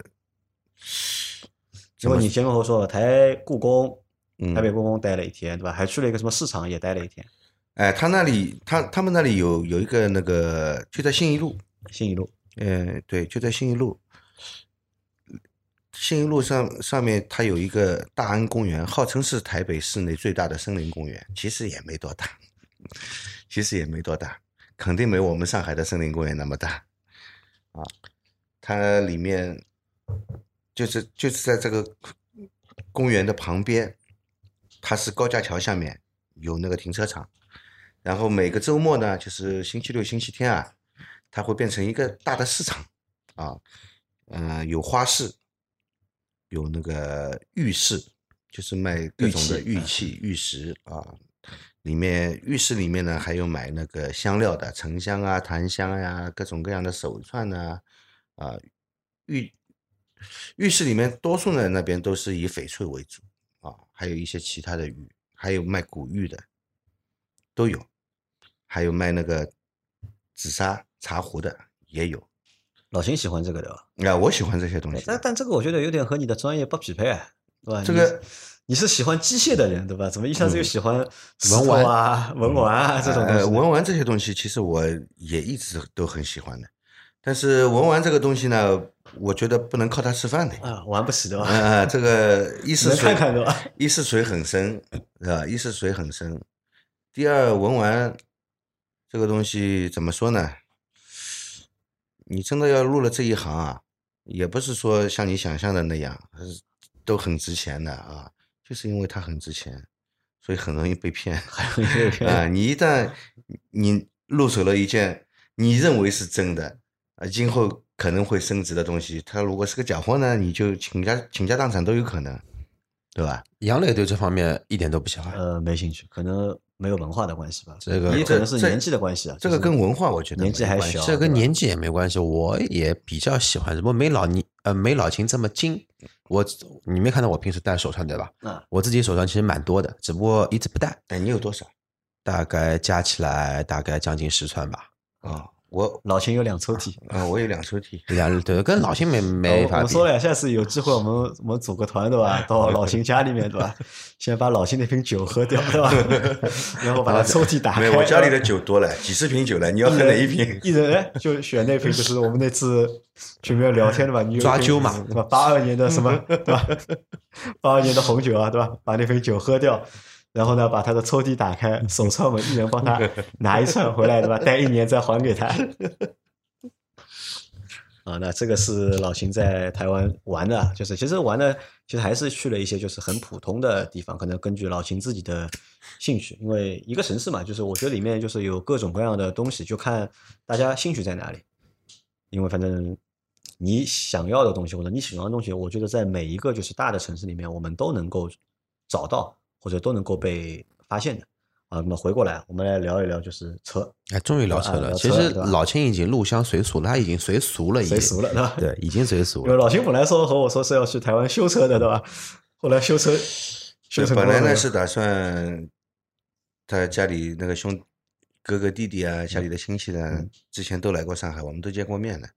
因为你前面说了台故宫，台北故宫待了1天，对吧？还去了一个什么市场也待了1天。 哎，他们那里有一个那个就在信义路，对，就在信义路。信义路上面它有一个大安公园，号称是台北市内最大的森林公园，其实也没多大， 肯定没我们上海的森林公园那么大啊。它里面就是在这个公园的旁边，它是高架桥下面有那个停车场，然后每个周末呢，就是星期六、星期天啊，它会变成一个大的市场啊，有花市，有那个玉市，就是卖各种的玉器、玉石啊。里面浴室里面呢，还有买那个香料的，沉香啊、檀香呀、各种各样的手串呐，浴室里面多数呢那边都是以翡翠为主啊，还有一些其他的玉，还有卖古玉的都有，还有卖那个紫砂茶壶的也有。 老秦喜欢这个的吧？ 我喜欢这些东西。 但这个我觉得有点和你的专业不匹配，对吧？ 这个你是喜欢机械的人，对吧？怎么一下子又喜欢文玩啊、文玩啊这种东西？ 文玩这些东西，其实我也一直都很喜欢的。但是文玩这个东西呢，我觉得不能靠它吃饭的啊，玩不起的吧？ 这个一是水， 看看的吧？ 一是水很深，是吧？一是水很深。第二，文玩这个东西怎么说呢？你真的要入了这一行啊，也不是说像你想象的那样，都很值钱的啊。就是因为它很值钱，所以很容易被骗。你一旦你入手了一件你认为是真的今后可能会升值的东西，它如果是个假货呢，你就倾家荡产都有可能，对吧？ 杨磊对这方面一点都不喜欢。 没兴趣，可能没有文化的关系吧。 这个也可能是年纪的关系啊。 这个跟文化我觉得年纪还小， 这跟年纪也没关系。我也比较喜欢，不过没老秦这么精。你没看到我平时戴手串对吧？我自己手串其实蛮多的，只不过一直不戴。 你有多少？ 大概加起来大概将近10串吧。 老秦有2抽屉我有2抽屉。 对，跟老秦没法比。 我说了，下次有机会我们组个团对吧？到老秦家里面对吧？先把老秦那瓶酒喝掉对吧？然后把他抽屉打开。 我家里的酒多了，几十瓶酒了，你要喝哪一瓶？ 一人就选那瓶，就是我们那次群里面聊天对吧？你抓阄嘛， 对吧？82年的什么对吧？82年的红酒啊对吧？把那瓶酒喝掉。然后呢，把他的抽屉打开，手串们一人帮他拿1串回来，对吧？待1年再还给他。那这个是老秦在台湾玩的，就是其实玩的，其实还是去了一些就是很普通的地方，可能根据老秦自己的兴趣，因为一个城市嘛，就是我觉得里面就是有各种各样的东西，就看大家兴趣在哪里。因为反正你想要的东西或者你喜欢的东西，我觉得在每一个就是大的城市里面，我们都能够找到。或者都能够被发现的那么回过来，我们来聊一聊就是车。 终于聊车了。其实老秦已经入乡随俗了，他已经随俗了， 随俗了，对吧？ 对，已经随俗了。 因为老秦本来和我说是要去台湾修车的，对吧？后来修车本来呢是打算他家里那个哥哥弟弟啊，家里的亲戚呢，之前都来过上海，我们都见过面的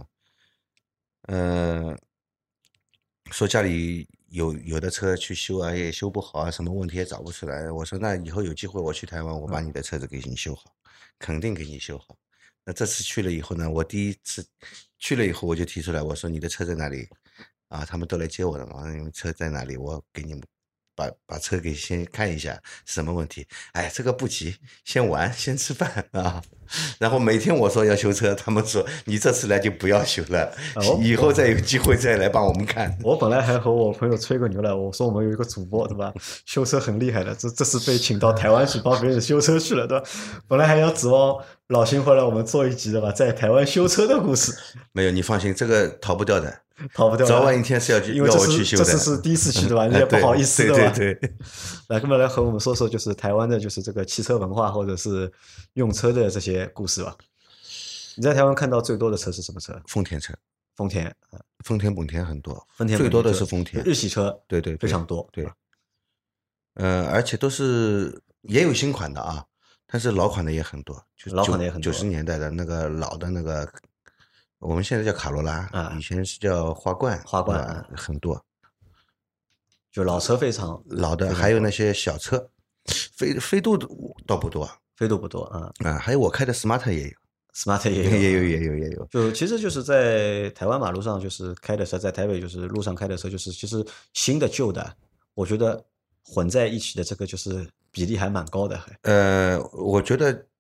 说家里有的车去修啊，也修不好啊，什么问题也找不出来。我说那以后有机会我去台湾，我把你的车子给你修好，肯定给你修好。那这次去了以后呢，我第一次去了以后，我就提出来，我说你的车在哪里他们都来接我了嘛，你们车在哪里？我给你们把车给先看一下是什么问题。这个不急，先玩，先吃饭然后每天我说要修车，他们说你这次来就不要修了，以后再有机会再来帮我们看。 我本来还和我朋友吹个牛了，我说我们有一个主播对吧，修车很厉害的，这次被请到台湾去帮别人修车去了对吧？本来还要指望老秦回来我们做一集的吧，在台湾修车的故事。 没有，你放心，这个逃不掉的。早晚一天是要我去修的， 这次是第一次去对吧？你也不好意思对吧？ 对。来和我们说说，就是台湾的，就是这个汽车文化或者是用车的这些故事吧。你在台湾看到最多的车是什么车？ 丰田车。 丰田， 丰田、本田很多， 丰田最多的是丰田， 日系车， 对， 非常多， 对。而且都是也有新款的但是老款的也很多，就是老款的也很多 ，90年代的那个老的那个。我们现在叫卡罗拉以前是叫花冠很多， 就老车非常老的，还有那些小车，飞度倒不多， 飞度不多还有我开的 smart 也有 ，smart 也有， 就其实就是在台湾马路上就是开的车，在台北就是路上开的车，就是其实新的旧的，我觉得混在一起的这个就是比例还蛮高的。 我觉得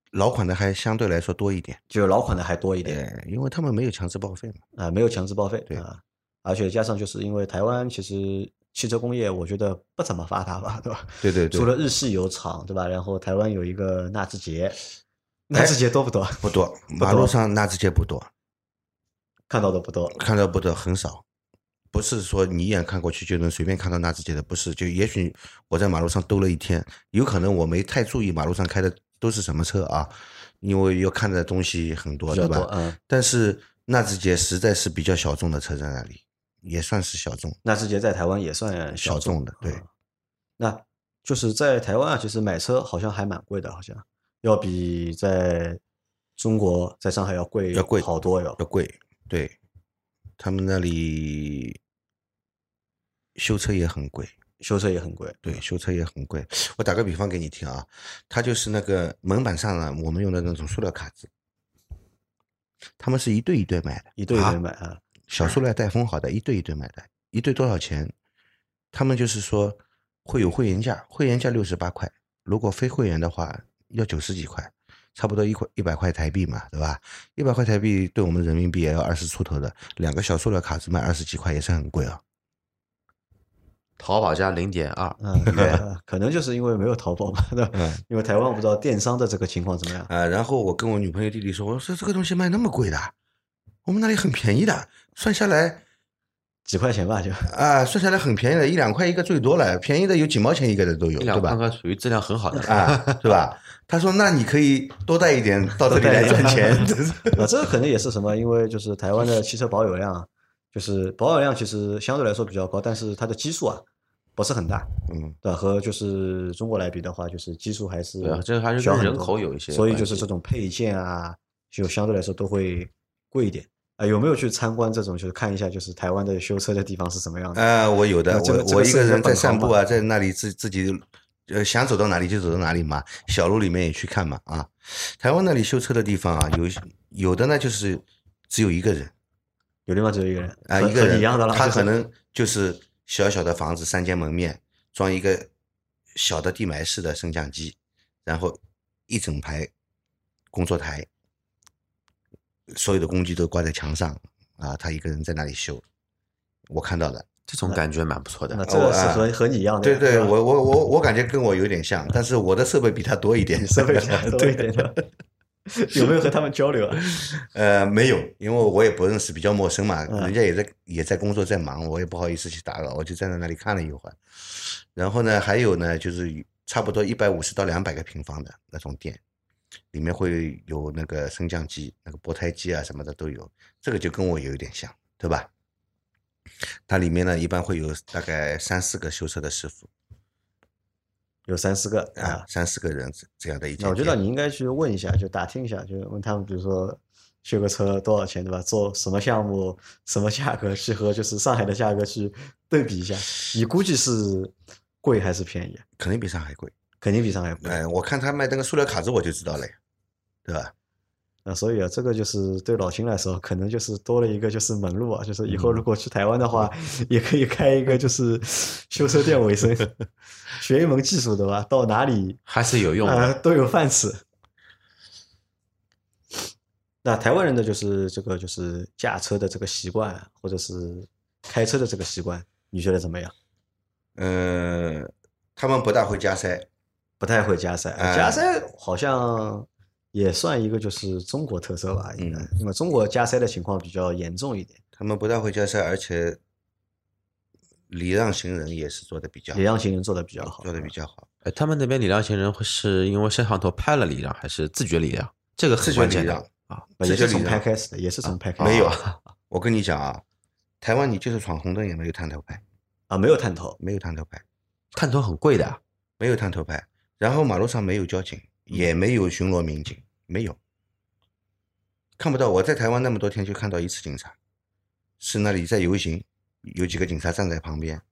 老款的还相对来说多一点， 就老款的还多一点对，因为他们没有强制报废嘛。 啊，没有强制报废对啊，而且加上就是因为台湾其实汽车工业我觉得不怎么发达吧，对吧？ 对对对除了日系有厂，对吧？然后台湾有一个纳智捷，纳智捷多不多？ 不多，马路上纳智捷不多， 看到的不多。 看到不多，很少。不是说你一眼看过去就能随便看到纳智捷的，不是。就也许我在马路上兜了一天，有可能我没太注意马路上开的都是什么车啊，因为要看的东西很多，对吧？但是纳智捷实在是比较小众的车在那里，也算是小众。 纳智捷在台湾也算小众的，对。 那就是在台湾啊，其实买车好像还蛮贵的，好像要比在中国在上海要贵好多要贵。对，他们那里修车也很贵，对，修车也很贵。我打个比方给你听啊，它就是那个门板上呢，我们用的那种塑料卡子，他们是一对一对买的， 一对一对买啊， 小塑料带封好的，一对一对买的，一对多少钱？他们就是说会有会员价，会员价68块，如果非会员的话要90几块，差不多100块台币嘛，对吧？100块台币对我们人民币也要20出头的，两个小塑料卡子卖20几块也是很贵啊。 淘宝价0.2， 对，可能就是因为没有淘宝嘛，对吧？因为台湾我不知道电商的这个情况怎么样啊。然后我跟我女朋友弟弟说，我说这个东西卖那么贵的，我们那里很便宜的，算下来几块钱吧就啊，算下来很便宜的，1-2块一个最多了，便宜的有几毛钱一个的都有，对吧？ 属于质量很好的啊，对吧？他说那你可以多带一点到这里来赚钱。 这个可能也是什么？因为就是台湾的汽车保有量，就是保有量其实相对来说比较高，但是它的基数啊不是很大，对吧？和就是中国来比的话，就是基数还是这还是跟人口有一些， 所以就是这种配件啊，就相对来说都会贵一点。有没有去参观这种，就是看一下，就是台湾的修车的地方是什么样的？ 我有的，我一个人在散步啊，在那里自己想走到哪里就走到哪里嘛，小路里面也去看嘛啊。台湾那里修车的地方啊，有的呢就是只有一个人， 有地方只有一个人啊，一个人一样的了， 他可能就是小小的房子3间门面，装一个小的地埋式的升降机，然后一整排工作台。所有的工具都挂在墙上啊，他一个人在那里修，我看到了， 这种感觉蛮不错的。 那这个是和你一样的， 对，我感觉跟我有点像，但是我的设备比他多一点， 设备比他多一点的。有没有和他们交流啊？没有，因为我也不认识，比较陌生嘛，人家也在工作在忙，我也不好意思去打扰，我就站在那里看了一会儿。然后呢，还有呢，就是差不多150到200个平方的那种店。里面会有那个升降机、那个拨胎机啊什么的都有，这个就跟我有一点像，对吧？它里面呢一般会有大概3-4个修车的师傅， 有3-4个啊，3-4个人这样的一间。 我觉得你应该去问一下，就打听一下，就问他们，比如说修个车多少钱，对吧？做什么项目，什么价格，去和就是上海的价格去对比一下，你估计是贵还是便宜？ 肯定比上海贵。 肯定比上海贵。 我看他卖那个塑料卡子我就知道了呀，对吧？ 所以啊，这个就是对老秦来说，可能就是多了一个就是门路啊，就是以后如果去台湾的话，也可以开一个就是修车店为生，学一门技术，对吧？到哪里还是有用的， 都有饭吃。那台湾人的就是这个就是驾车的这个习惯，或者是开车的这个习惯，你觉得怎么样？ 他们不大会加塞。 不太会加塞，加塞好像也算一个就是中国特色吧，应该，因为中国加塞的情况比较严重一点。 他们不大会加塞，而且礼让行人也是做的比较好， 礼让行人做的比较好， 做的比较好。 他们那边礼让行人会是因为摄像头拍了礼让，还是自觉礼让？这个很关键的啊， 也是从拍开始的，也是从拍开始。 没有，我跟你讲啊，台湾你就是闯红灯也没有探头牌啊，没有探头， 没有探头牌， 探头很贵的， 没有探头牌。然后马路上没有交警，也没有巡逻民警，没有，看不到。我在台湾那么多天就看到一次警察，是那里在游行，有几个警察站在旁边，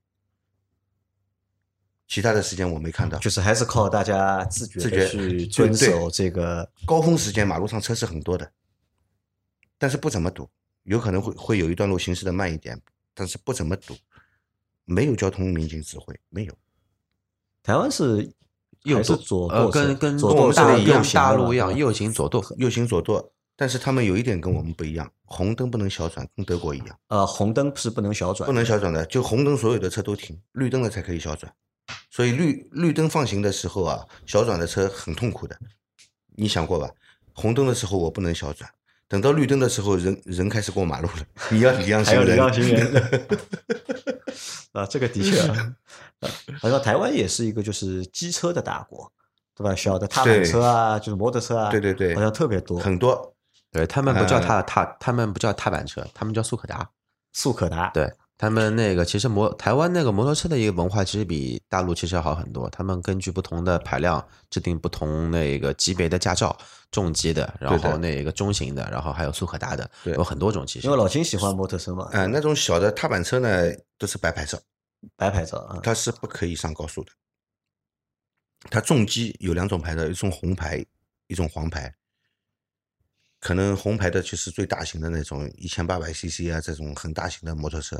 其他的时间我没看到。 就是还是靠大家自觉去遵守这个。 高峰时间马路上车是很多的，但是不怎么堵，有可能会有一段路行驶的慢一点，但是不怎么堵，没有交通民警指挥，没有。 台湾是还是左舵车跟左舵车大右行大陆一样， 的嘛对吧右行左舵。 右行左舵，但是他们有一点跟我们不一样，红灯不能小转，跟德国一样， 红灯是不能小转， 不能小转的，就红灯所有的车都停，绿灯的才可以小转。所以绿灯放行的时候啊，小转的车很痛苦的，你想过吧？红灯的时候我不能小转，等到绿灯的时候人开始过马路了，你要礼让行人， 还有礼让行人啊，这个的确啊，好像台湾也是一个就是机车的大国，对吧？小的踏板车啊，就是摩托车啊， 对， 好像特别多， 很多。 对他们不叫他们不叫踏板车，他们叫速可达。 速可达， 对他们那个其实台湾那个摩托车的一个文化，其实比大陆其实要好很多。他们根据不同的排量制定不同那个级别的驾照，重机的，然后那个中型的，然后还有速可达的，有很多种其实。 因为老秦喜欢摩托车嘛， 那种小的踏板车呢都是白牌照， 白牌照啊， 它是不可以上高速的。它重机有2种牌照，一种红牌，一种黄牌。可能红牌的就是最大型的那种1800cc 啊，这种很大型的摩托车，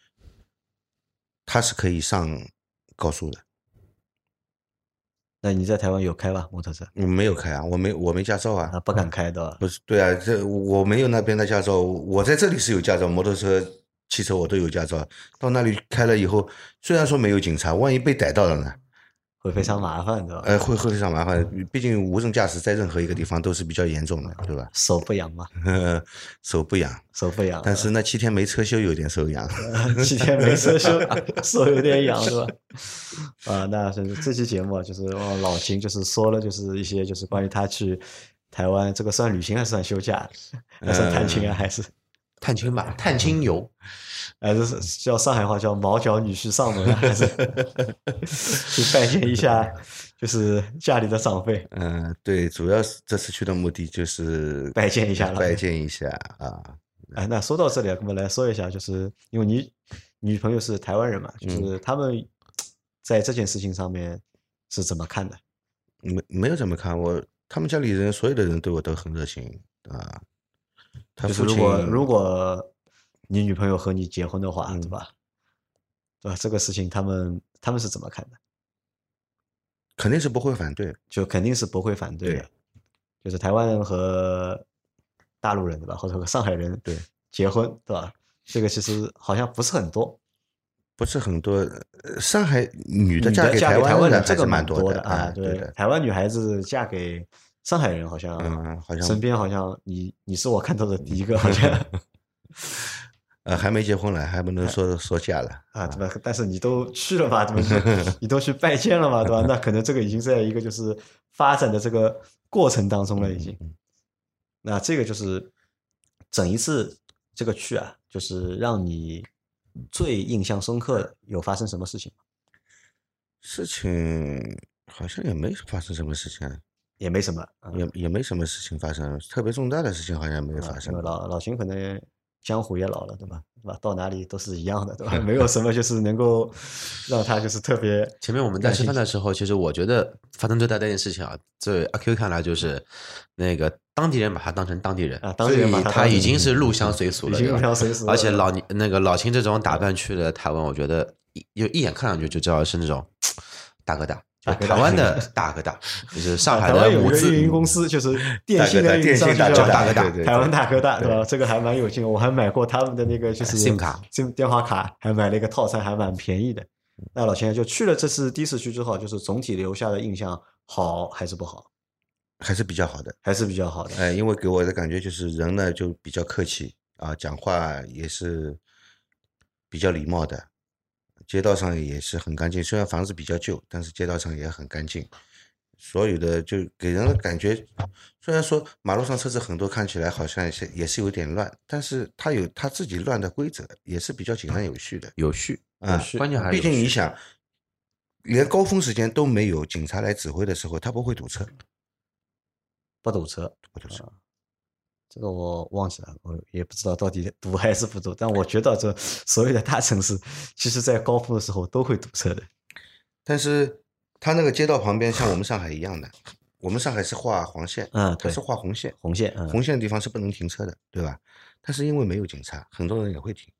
它是可以上高速的。 那你在台湾有开吧摩托车？ 没有开啊，我没驾照啊， 不敢开的。 不是，对啊，我没有那边的驾照，我在这里是有驾照，摩托车、汽车我都有驾照。到那里开了以后，虽然说没有警察，万一被逮到了呢？ 会非常麻烦，对吧？ 会非常麻烦，毕竟无证驾驶在任何一个地方都是比较严重的，对吧？ 手不痒嘛， 手不痒， 手不痒， 但是那7天没车修有点手痒 ，7天没车修手有点痒，是吧？那这期节目啊，就是老秦就是说了，就是一些就是关于他去台湾，这个算旅行还是算休假？还算探亲啊？还是探亲吧？探亲游。 还是叫上海话叫毛脚女婿上门啊，还是去拜见一下，就是家里的长辈。 对，主要是这次去的目的就是拜见一下了， 拜见一下啊。 那说到这里，我们来说一下，就是因为你女朋友是台湾人嘛，就是他们在这件事情上面是怎么看的？ 没有怎么看，他们家里人所有的人对我都很热情啊。 就是如果你女朋友和你结婚的话，对吧？对吧？这个事情他们是怎么看的？ 肯定是不会反对， 就肯定是不会反对的。就是台湾人和大陆人对吧，或者和上海人结婚对吧？这个其实好像不是很多， 不是很多。上海女的嫁给台湾人这个蛮的多啊， 对。 台湾女孩子嫁给上海人好像身边好像你是我看到的第一个好像。 还没结婚了，还不能说嫁了啊，对吧？但是你都去了嘛，对吧？你都去拜见了嘛，对吧？那可能这个已经在一个就是发展的这个过程当中了，已经。那这个就是整一次这个去啊，就是让你最印象深刻的有发生什么事情吗？ 事情好像也没发生什么事情， 也没什么， 也没什么事情发生，特别重大的事情好像没有发生。 老秦可能江湖也老了，对吧？到哪里都是一样的，对吧？没有什么就是能够让他就是特别。 前面我们在吃饭的时候，其实我觉得发生最大的一件事情啊，在阿 Q 看来就是那个当地人把他当成当地人啊，当地人把他已经是入乡随俗了， 已经入乡随俗了。 而且老秦这种打扮去了台湾，我觉得一眼看上去就知道是那种大哥大。台湾的大哥大，就是上海的母资运营公司，就是电信的运营商大哥大， 台湾大哥大，对吧？这个还蛮有劲，我还买过他们的那个就是 SIM 卡、 电话卡，还买了一个套餐，还蛮便宜的。那老钱就去了这次第一次去之后，就是总体留下的印象好还是不好？ 还是比较好的， 还是比较好的。 因为给我的感觉就是人呢就比较客气啊，讲话也是比较礼貌的。街道上也是很干净，虽然房子比较旧，但是街道上也很干净。所有的就给人的感觉，虽然说马路上车子很多，看起来好像也是有点乱，但是它有它自己乱的规则，也是比较井然有序的。 有序啊， 关键还是毕竟你想，连高峰时间都没有警察来指挥的时候，他不会堵车， 不堵车。这个我忘记了，我也不知道到底堵还是不堵，但我觉得这所有的大城市，其实在高峰的时候都会堵车的。 但是它那个街道旁边像我们上海一样的，我们上海是画黄线，它是画红线， 红线的地方是不能停车的，对吧？但是因为没有警察，很多人也会停。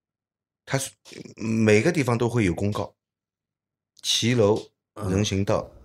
它是每个地方都会有公告，骑楼、人行道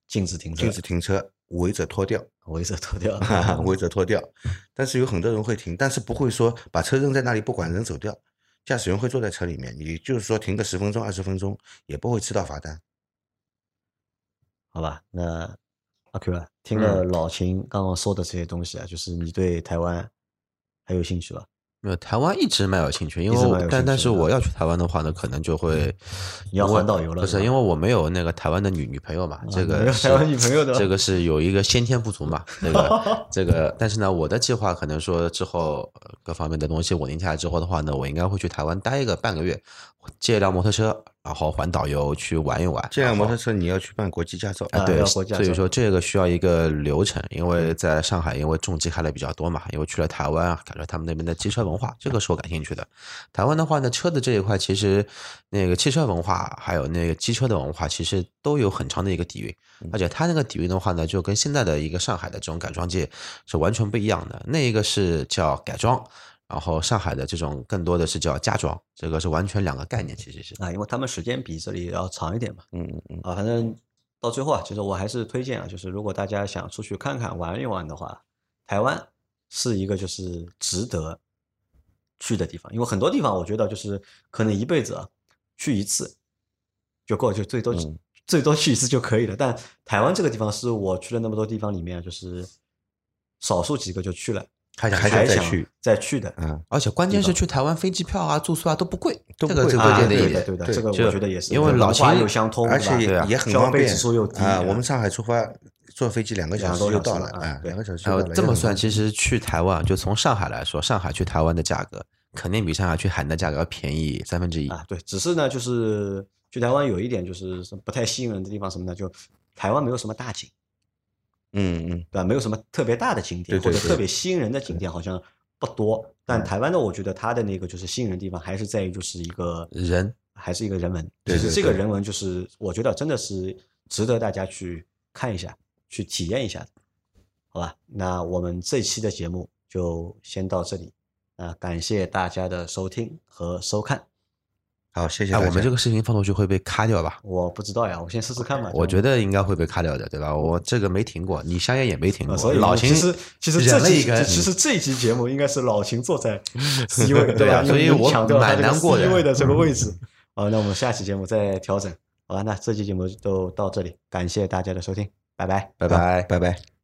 禁止停车， 禁止停车，违者脱掉， 违者脱掉， 违者脱掉。但是有很多人会停，但是不会说把车扔在那里不管人走掉，驾驶员会坐在车里面，也就是说停个10分钟20分钟也不会吃到罚单。 好吧？那阿 Q 啊，听了老秦刚刚说的这些东西啊，就是你对台湾还有兴趣吧？ 没有，台湾一直蛮有兴趣，因为一直蛮有兴趣的但是我要去台湾的话呢，可能就会你要环岛游了不是是吧因为我没有那个台湾的女朋友嘛，这没个是有台湾女朋友的这个是有一个先天不足嘛，这个，但是呢，我的计划可能说之后各方面的东西稳定下来之后的话呢，我应该会去台湾待一个半个月，借一辆摩托车，然后环岛游去玩一玩。 这辆摩托车你要去办国际驾照， 对要国，家所以说这个需要一个流程，因为在上海，因为重机开的比较多嘛，因为去了台湾啊，感觉他们那边的机车文化，这个是我感兴趣的。台湾的话呢，车的这一块其实那个汽车文化还有那个机车的文化，其实都有很长的一个底蕴，而且它那个底蕴的话呢，就跟现在的一个上海的这种改装界是完全不一样的。那一个是叫改装。然后上海的这种更多的是叫加装，这个是完全两个概念，其实是啊，因为他们时间比这里要长一点嘛。 啊， 反正到最后啊，其实我还是推荐啊，就是如果大家想出去看看玩一玩的话，台湾是一个就是值得去的地方，因为很多地方我觉得就是可能一辈子啊去一次就够，就最多去一次就可以了。但台湾这个地方是我去了那么多地方里面，就是少数几个就去了。 还想再去的， 而且关键是去台湾飞机票啊、住宿啊都不贵， 这个最关键的一点， 对的，这个我觉得也是， 因为老秦又相通， 而且也很方便， 消费指数又低啊。我们上海出发坐飞机2个小时就到了啊，2个小时就到了。 这么算，其实去台湾就从上海来说，上海去台湾的价格肯定比上海去海南的价格要便宜1/3 啊。对，只是呢，就是去台湾有一点就是不太吸引人的地方什么呢？就台湾没有什么大景，对吧？没有什么特别大的景点或者特别吸引人的景点，好像不多。但台湾呢，我觉得它的那个就是吸引人的地方，还是在于就是一个人， 还是一个人文。其实这个人文就是我觉得真的是值得大家去看一下，去体验一下的，好吧？那我们这期的节目就先到这里，感谢大家的收听和收看。 好，谢谢大家。 我们这个视频放出去会被卡掉吧？ 我不知道呀，我先试试看吧。 我觉得应该会被卡掉的，对吧？我这个没停过，你香烟也没停过。 所以老秦其实这期节目应该是老秦坐在 C 位， 对吧？ 所以我抢掉他这个 C 位的这个位嗯置。好，那我们下期节目再调整。好吧，那这期节目就到这里，感谢大家的收听，拜拜， 拜拜。